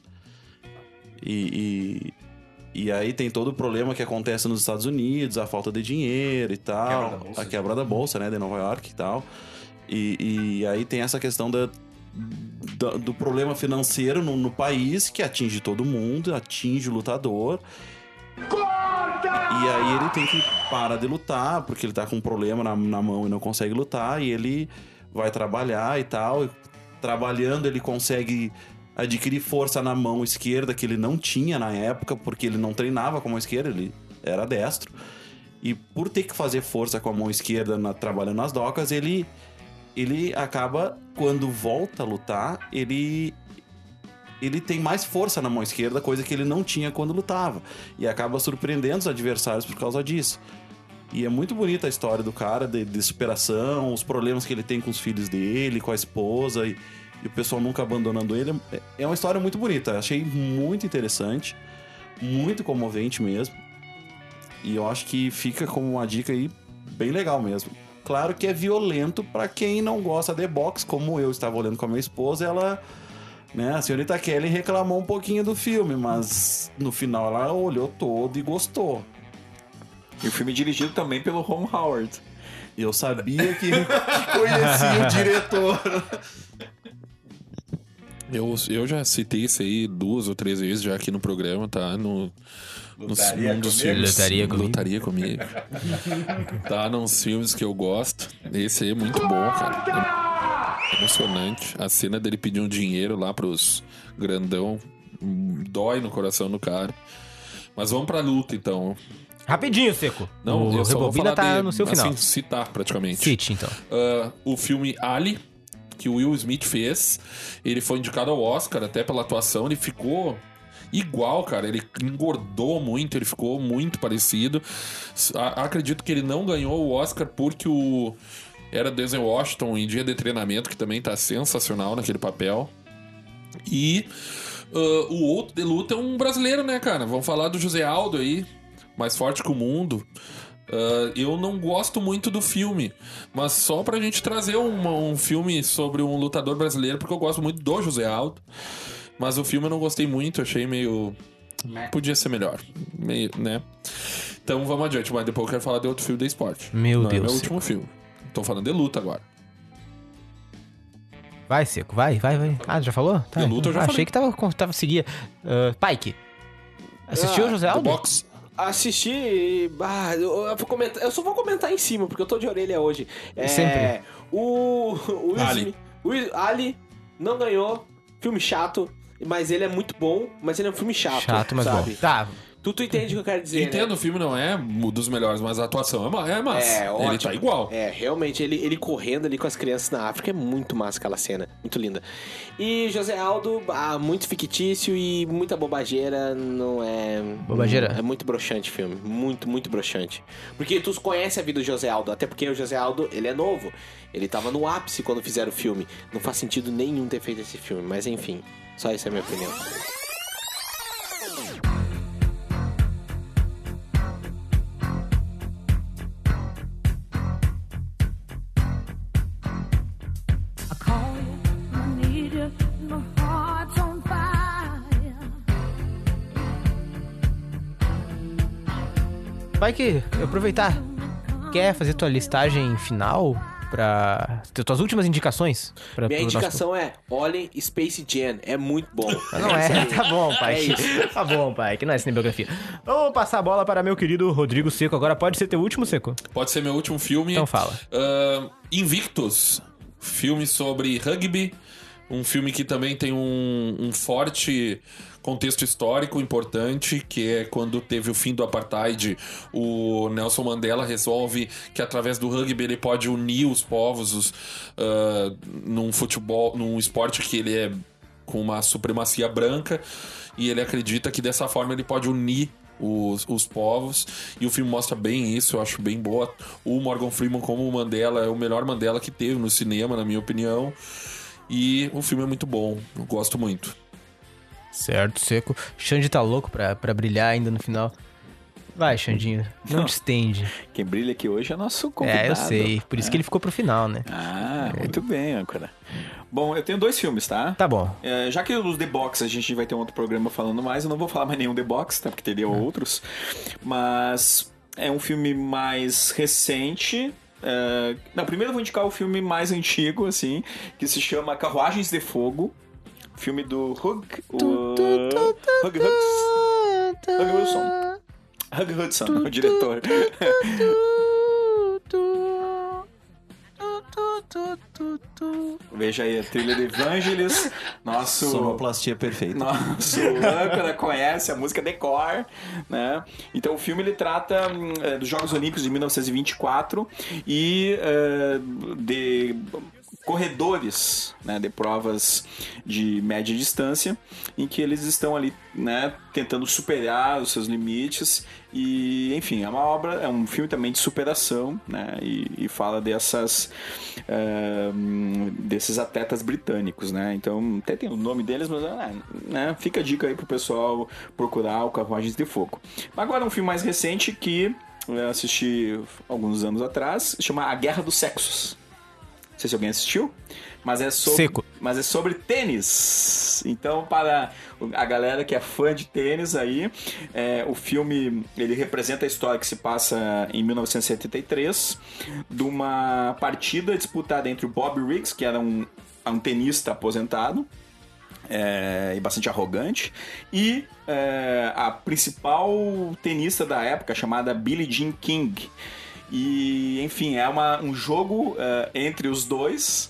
E, e, e aí tem todo o problema que acontece nos Estados Unidos, a falta de dinheiro e tal, quebra bolsa, a quebra da bolsa, né, de Nova York e tal. E, e aí tem essa questão da Do, do problema financeiro no, no país, que atinge todo mundo, atinge o lutador. Corta! E aí ele tem que parar de lutar, porque ele tá com um problema na, na mão e não consegue lutar, e ele vai trabalhar e tal. E trabalhando ele consegue adquirir força na mão esquerda, que ele não tinha na época, porque ele não treinava com a mão esquerda, ele era destro. E por ter que fazer força com a mão esquerda na, trabalhando nas docas, ele... ele acaba, quando volta a lutar, ele ele tem mais força na mão esquerda, coisa que ele não tinha quando lutava. E acaba surpreendendo os adversários por causa disso. E é muito bonita a história do cara, de, de superação, os problemas que ele tem com os filhos dele, com a esposa, e, e o pessoal nunca abandonando ele. É uma história muito bonita, achei muito interessante, muito comovente mesmo. E eu acho que fica como uma dica aí bem legal mesmo. Claro que é violento pra quem não gosta de boxe, como eu estava olhando com a minha esposa, ela, né, a senhorita Kelly reclamou um pouquinho do filme, mas no final ela olhou todo e gostou. E o filme é dirigido também pelo Ron Howard. Eu sabia que, que conhecia o diretor. Eu, eu já citei isso aí duas ou três vezes já aqui no programa, tá? No... Lutaria num dos comigo? filmes, Lutaria comigo. Lutaria comigo. Tá nos filmes que eu gosto. Esse aí é muito bom, cara. É emocionante. A cena dele pedindo dinheiro lá pros grandão dói no coração do cara. Mas vamos pra luta, então. Rapidinho, Seco. Não, o eu só vou Rebobina falar tá de, no seu final. assim, citar praticamente. Cite, então. Uh, o filme Ali, que o Will Smith fez, ele foi indicado ao Oscar até pela atuação. Ele ficou... igual, cara, ele engordou muito, ele ficou muito parecido. A- acredito que ele não ganhou o Oscar porque o era Denzel Washington em Dia de Treinamento, que também tá sensacional naquele papel. E uh, o outro de luta é um brasileiro, né, cara? Vamos falar do José Aldo aí, mais forte que o mundo. Uh, eu não gosto muito do filme, mas só pra gente trazer uma, um filme sobre um lutador brasileiro, porque eu gosto muito do José Aldo. Mas o filme eu não gostei muito, achei meio... podia ser melhor, meio, né? Então vamos adiante, mas depois eu quero falar de outro filme de esporte. Meu não Deus. é meu último filme. Tô falando de luta agora. Vai, Seco, vai, vai, vai. Ah, já falou? Tá. De luta eu já ah, falei. achei que tava, tava seguia. Uh, Pike. Assistiu Ah, o José Do Aldo? box. Assisti. Ah, eu, eu vou comentar, eu só vou comentar em cima, porque eu tô de orelha hoje. É, Sempre. O. O Will Ali. Smith- o Will- Ali não ganhou. Filme chato, mas ele é muito bom, mas ele é um filme chato. Chato, mas sabe? bom. Tá. Tu, tu entende o que eu quero dizer, Entendo, né? o filme não é um dos melhores, mas a atuação é, ma- é massa. É, Ele ótimo. tá igual. É, realmente, ele, ele correndo ali com as crianças na África é muito massa aquela cena. Muito linda. E José Aldo, ah, muito fictício e muita bobageira, não é... Bobageira? É muito broxante o filme. Muito, muito broxante. Porque tu conhece a vida do José Aldo, até porque o José Aldo, ele é novo. Ele tava no ápice quando fizeram o filme. Não faz sentido nenhum ter feito esse filme, mas enfim. Só essa é a minha opinião. I call you, I need you, my heart's on fire. Vai que aproveitar. Quer fazer tua listagem final pra ter tuas últimas indicações? Pra, Minha pro nosso- indicação é, olhem Space Jam, é muito bom. Não é, tá bom, pai. É isso. Tá bom, pai, que não é cinebiografia. Vou passar a bola para meu querido Rodrigo Seco. Agora pode ser teu último, Seco? Pode ser meu último filme. Então fala. Ah, Invictus, filme sobre rugby. Um filme que também tem um, um forte contexto histórico importante, que é quando teve o fim do apartheid, o Nelson Mandela resolve que através do rugby ele pode unir os povos os, ah, num futebol, num esporte que ele é com uma supremacia branca, e ele acredita que dessa forma ele pode unir os, os povos, e o filme mostra bem isso, eu acho bem boa. O Morgan Freeman como Mandela é o melhor Mandela que teve no cinema, na minha opinião, e o filme é muito bom, eu gosto muito. Certo, Seco. Xande tá louco pra, pra brilhar ainda no final. Vai, Xandinho. Não, Não. te estende. Quem brilha aqui hoje é nosso convidado. É, eu sei. Por isso que ele ficou pro final, né? Ah, muito bem, âncora. Bom, eu tenho dois filmes, tá? Tá bom. É, já que os The Box a gente vai ter um outro programa falando mais, eu não vou falar mais nenhum The Box, tá? Porque teria outros. Mas é um filme mais recente. É... Não, primeiro eu vou indicar o filme mais antigo, assim, que se chama Carruagens de Fogo. Filme do Hug... O... Hug Hudson. Hug Wilson. Hug Hudson, o diretor. Veja aí a trilha de Evangelis. Nosso... Sonoplastia perfeita. Nosso âncora conhece a música Decor, né? Então o filme ele trata hum, é, dos Jogos Olímpicos de mil novecentos e vinte e quatro e é, de corredores, né, de provas de média distância, em que eles estão ali, né, tentando superar os seus limites. E, enfim, é uma obra, é um filme também de superação, né, e, e fala dessas uh, desses atletas britânicos, né. Então até tem o nome deles, mas uh, né, fica a dica aí pro pessoal procurar o Carruagens de Fogo. Agora um filme mais recente que eu assisti alguns anos atrás, chama A Guerra dos Sexos. Não sei se alguém assistiu, mas é sobre, Seco. mas é sobre tênis. Então, para a galera que é fã de tênis aí, é, o filme ele representa a história que se passa em mil novecentos e setenta e três, de uma partida disputada entre o Bob Riggs, que era um, um tenista aposentado, É, e bastante arrogante, e é, a principal tenista da época, chamada Billie Jean King. E, enfim, é uma, um jogo é, entre os dois.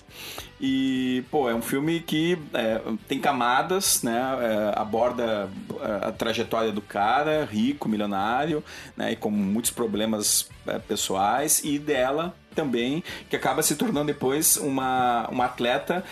E, pô, é um filme que é, tem camadas, né? É, aborda a trajetória do cara, rico, milionário, né? E com muitos problemas é, pessoais, e dela também, que acaba se tornando depois uma, uma atleta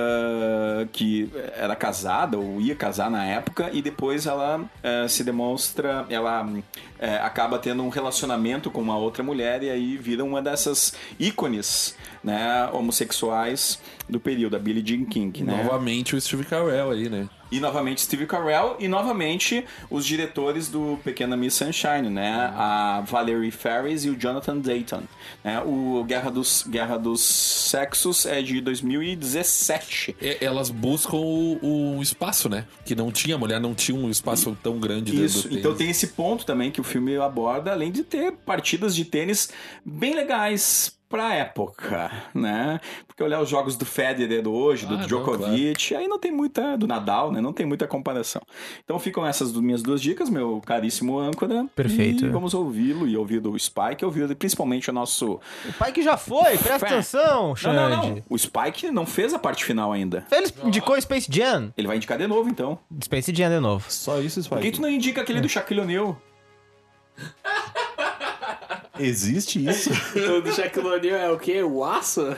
uh, que era casada ou ia casar na época, e depois ela uh, se demonstra, ela uh, acaba tendo um relacionamento com uma outra mulher, e aí vira uma dessas ícones, né, homossexuais do período, a Billie Jean King, né? Novamente o Steve Carell aí, né? E novamente Steve Carell, e novamente os diretores do Pequena Miss Sunshine, né? A Valerie Faris e o Jonathan Dayton, né? O Guerra dos, Guerra dos Sexos é de dois mil e dezessete. E- elas buscam o, o espaço, né? Que não tinha, a mulher não tinha um espaço tão grande dentro Isso, do tênis. então tem esse ponto também que o filme aborda, além de ter partidas de tênis bem legais, pra época, né? Porque olhar os jogos do Federer do hoje, do Ah, não, Djokovic, aí não tem muita... Do Nadal, né? Não tem muita comparação. Então ficam essas minhas duas dicas, meu caríssimo âncora. Perfeito. E vamos ouvi-lo e ouvir do Spike, ouvir principalmente o nosso... O pai que já foi, presta Fé. atenção, Não, Xande. não, não. O Spike não fez a parte final ainda. Ele indicou Space Jam. Ele vai indicar de novo, então. Space Jam de novo. Só isso, Por que Spike. tu não indica aquele do Shaquille O'Neal? Existe isso? O do Shaquille O'Neal é o quê? O aço?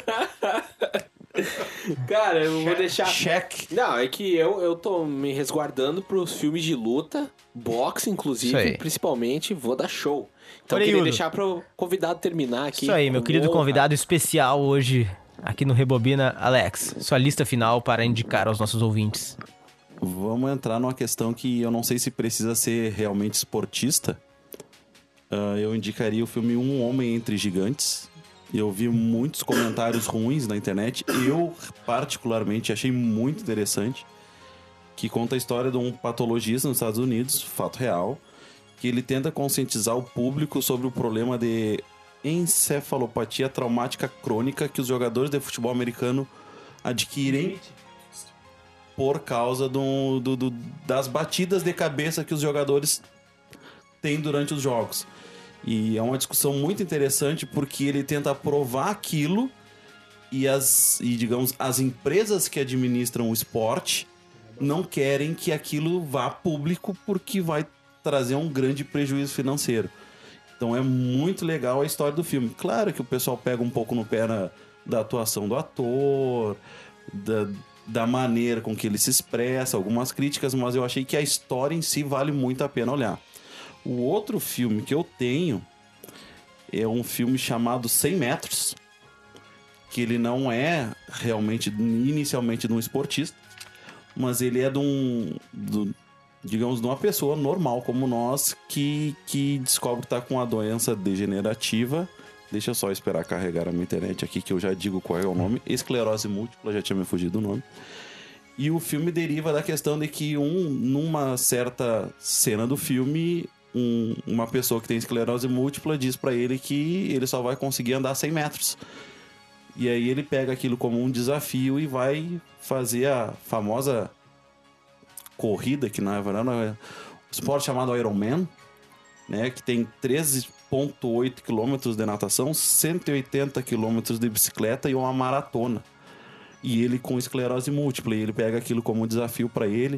Cara, eu vou deixar... Check. Não, é que eu, eu tô me resguardando pros filmes de luta, boxe, Isso inclusive, aí. principalmente, vou dar show. Então eu Orelhudo. queria deixar pro convidado terminar aqui. Isso aí, meu com querido honra. convidado especial hoje aqui no Rebobina. Alex, sua lista final para indicar aos nossos ouvintes. Vamos entrar numa questão que eu não sei se precisa ser realmente esportista. Ah, eu indicaria o filme Um Homem Entre Gigantes. Eu vi muitos comentários ruins na internet. Eu, particularmente, achei muito interessante. Que conta a história de um patologista nos Estados Unidos, fato real, que ele tenta conscientizar o público sobre o problema de encefalopatia traumática crônica que os jogadores de futebol americano adquirem por causa do, do- do- das batidas de cabeça que os jogadores têm durante os jogos. E é uma discussão muito interessante porque ele tenta provar aquilo e, as, e digamos, as empresas que administram o esporte não querem que aquilo vá a público porque vai trazer um grande prejuízo financeiro. Então é muito legal a história do filme. Claro que o pessoal pega um pouco no pé na- da atuação do ator, da, da maneira com que ele se expressa, algumas críticas, mas eu achei que a história em si vale muito a pena olhar. O outro filme que eu tenho é um filme chamado cem metros, que ele não é realmente, inicialmente, de um esportista, mas ele é de um, do- digamos, de uma pessoa normal como nós que, que descobre que está com uma doença degenerativa. Deixa eu só esperar carregar a minha internet aqui, que eu já digo qual é o nome. Esclerose múltipla, já tinha me fugido do nome. E o filme deriva da questão de que um, numa certa cena do filme, um- uma pessoa que tem esclerose múltipla diz pra ele que ele só vai conseguir andar cem metros. E aí ele pega aquilo como um desafio e vai fazer a famosa corrida, que na verdade não é um esporte chamado Ironman, né, que tem treze vírgula oito quilômetros de natação, cento e oitenta quilômetros de bicicleta e uma maratona. E ele com esclerose múltipla, e ele pega aquilo como um desafio pra ele.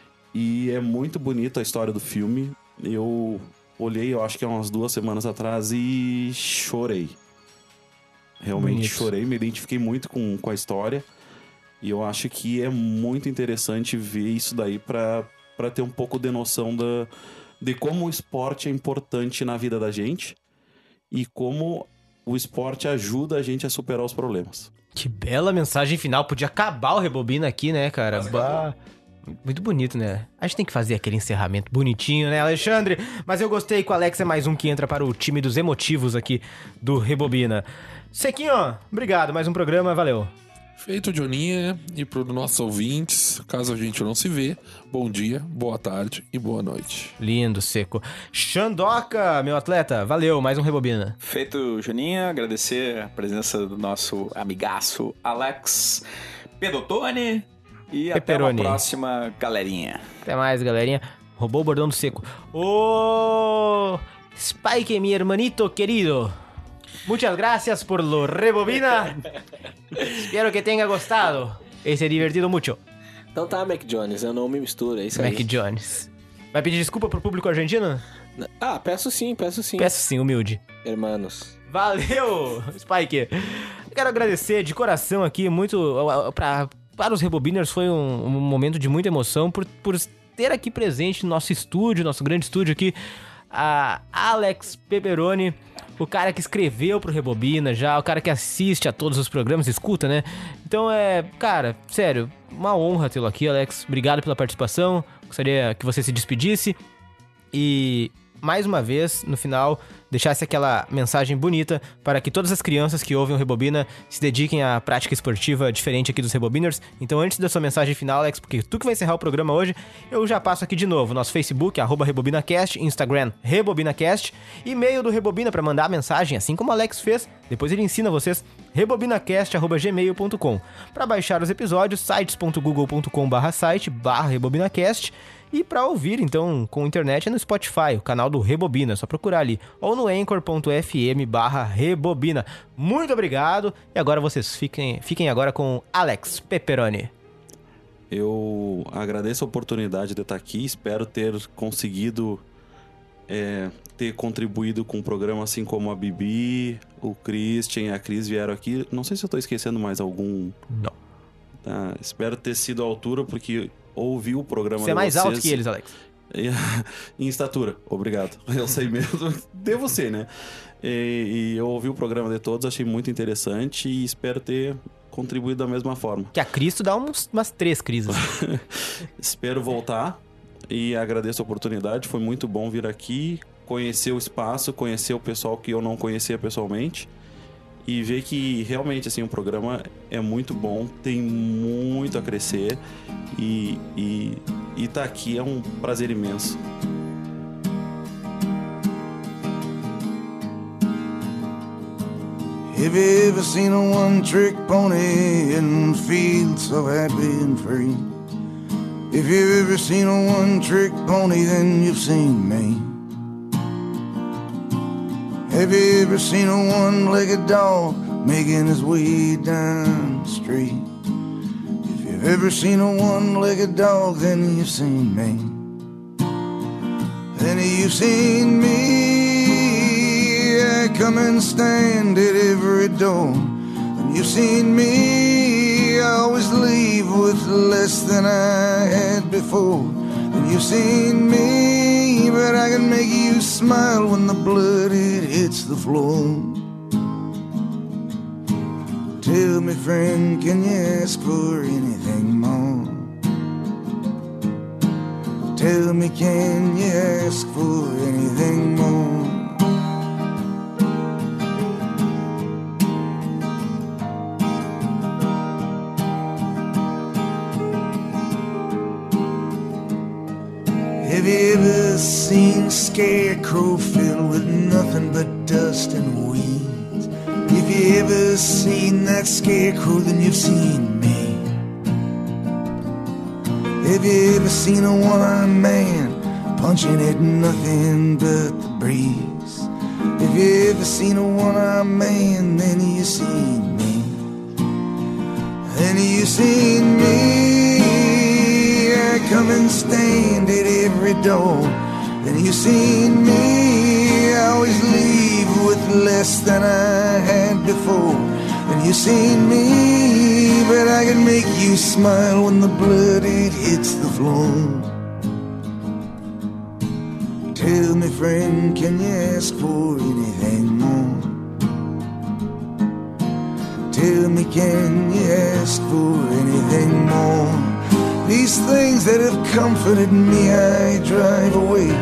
E é muito bonita a história do filme. Eu olhei, eu acho que há umas duas semanas atrás e chorei. Realmente Bonito. chorei, me identifiquei muito com, com a história. E eu acho que é muito interessante ver isso daí pra, pra ter um pouco de noção da, de como o esporte é importante na vida da gente e como o esporte ajuda a gente a superar os problemas. Que bela mensagem final. Podia acabar o Rebobina aqui, né, cara? Bah, muito bonito, né? A gente tem que fazer aquele encerramento bonitinho, né, Alexandre? Mas eu gostei que o Alex é mais um que entra para o time dos emotivos aqui do Rebobina. Sequinho, obrigado. Mais um programa, valeu. Feito, Joninha, e para os nossos ouvintes, caso a gente não se vê, bom dia, boa tarde e boa noite. Lindo, Seco. Xandoca, meu atleta, valeu. Mais um Rebobina. Feito, Juninha, agradecer a presença do nosso amigaço Alex Pedotone e Pepperoni. até uma próxima, galerinha. Até mais, galerinha. Roubou o bordão do Seco. Ô, Spike, mi hermanito querido. Muchas gracias por lo Rebobina. Espero que tenha gostado e se divertido mucho. Então tá, Mac Jones, eu não me misturo, é isso aí. Mac Jones. Vai pedir desculpa pro público argentino? Ah, peço sim, peço sim. Peço sim, humilde. Hermanos. Valeu, Spike. Quero agradecer de coração aqui muito pra, para os Rebobiners. Foi um, um momento de muita emoção por, por ter aqui presente no nosso estúdio, nosso grande estúdio aqui, a Alex Pepperoni, o cara que escreveu pro Rebobina já, o cara que assiste a todos os programas, escuta, né? Então é, cara, sério, uma honra tê-lo aqui, Alex. Obrigado pela participação. Gostaria que você se despedisse. E mais uma vez, no final, deixasse aquela mensagem bonita para que todas as crianças que ouvem o Rebobina se dediquem à prática esportiva diferente aqui dos Rebobiners. Então, antes da sua mensagem final, Alex, porque tu que vai encerrar o programa hoje, eu já passo aqui de novo. Nosso Facebook, arroba RebobinaCast, Instagram, RebobinaCast, e-mail do Rebobina para mandar a mensagem, assim como o Alex fez. Depois ele ensina vocês, rebobinacast arroba gmail ponto com. Para baixar os episódios, sites ponto google ponto com barra site barra rebobinacast. E para ouvir, então, com internet é no Spotify, o canal do Rebobina, é só procurar ali. Ou no anchor ponto f m barra rebobina. Muito obrigado. E agora vocês fiquem, fiquem agora com Alex Pepperoni. Eu agradeço a oportunidade de estar aqui. Espero ter conseguido é, ter contribuído com o programa, assim como a Bibi, o Christian e a Cris vieram aqui. Não sei se eu estou esquecendo mais algum. Não. Tá, espero ter sido à altura, porque ouvi o programa. Você é mais vocês. alto que eles, Alex. Em estatura, obrigado. Eu sei mesmo. Devo ser, né? E, e eu ouvi o programa de todos, achei muito interessante e espero ter contribuído da mesma forma. Que a Cristo dá uns, umas três crises. Espero voltar e agradeço a oportunidade. Foi muito bom vir aqui, conhecer o espaço, conhecer o pessoal que eu não conhecia pessoalmente. E ver que realmente assim, o programa é muito bom, tem muito a crescer e, e, e tá aqui é um prazer imenso. Have you ever seen a one-trick pony and feel so happy and free? If you've ever seen a one-trick pony, then you've seen me. Have you ever seen a one-legged dog making his way down the street? If you've ever seen a one-legged dog, then you've seen me. Then you've seen me. I come and stand at every door. And you've seen me. I always leave with less than I had before. And you've seen me, but I can make you smile when the blood it hits the floor. Tell me, friend, can you ask for anything more? Tell me, can you ask for anything more? Have you ever seen a scarecrow filled with nothing but dust and weeds? If you ever seen that scarecrow, then you've seen me. Have you ever seen a one-armed man punching at nothing but the breeze? If you ever seen a one-armed man, then you've seen me. Then you've seen me. I come and stand at every door. Then you've seen me. I always leave with less than I had before. Then you've seen me, but I can make you smile when the blood it hits the floor. Tell me, friend, can you ask for anything more? Tell me, can you ask for anything more? These things that have comforted me, I drive away.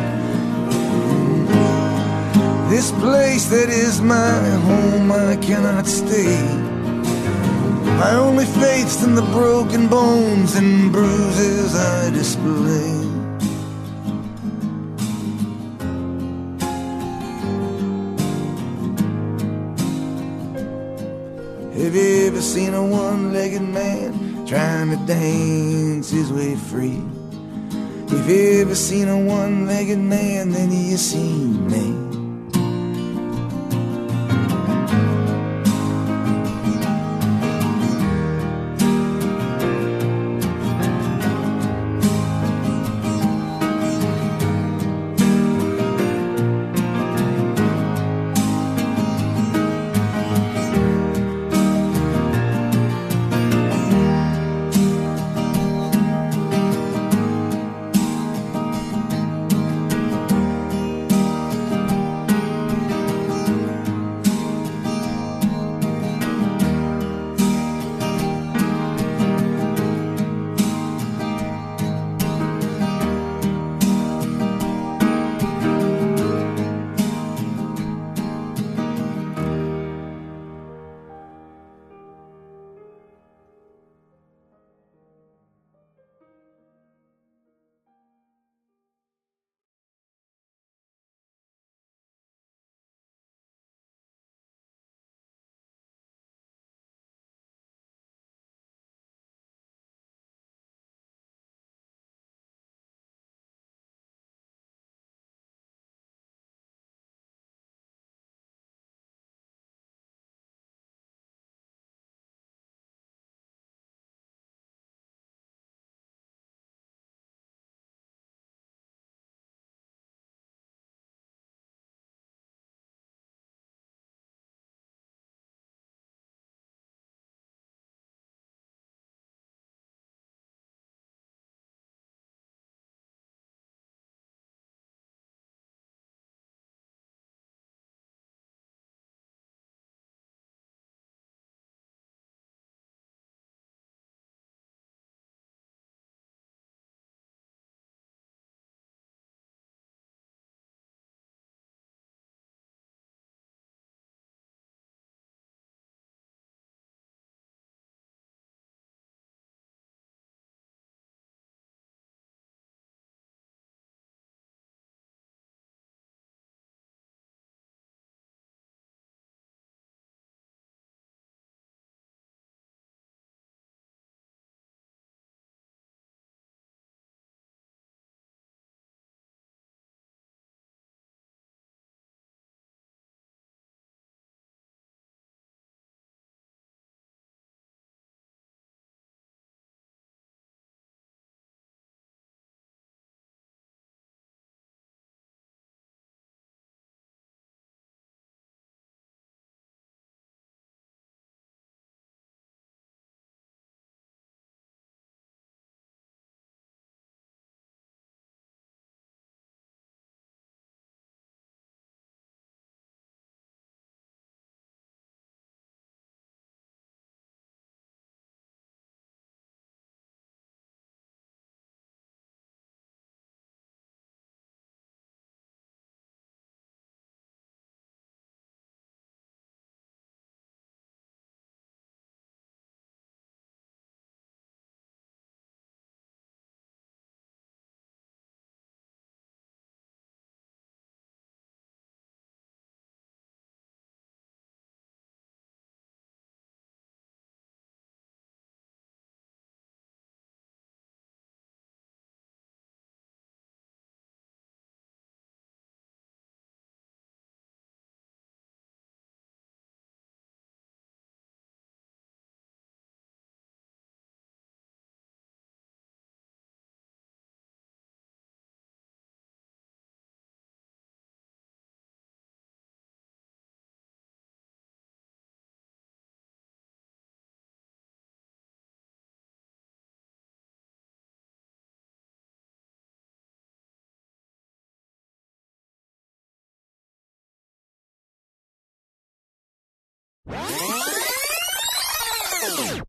This place that is my home, I cannot stay. My only faith's in the broken bones and bruises I display. Have you ever seen a one-legged man trying to dance his way free? If you ever seen a one-legged man, then you seen me.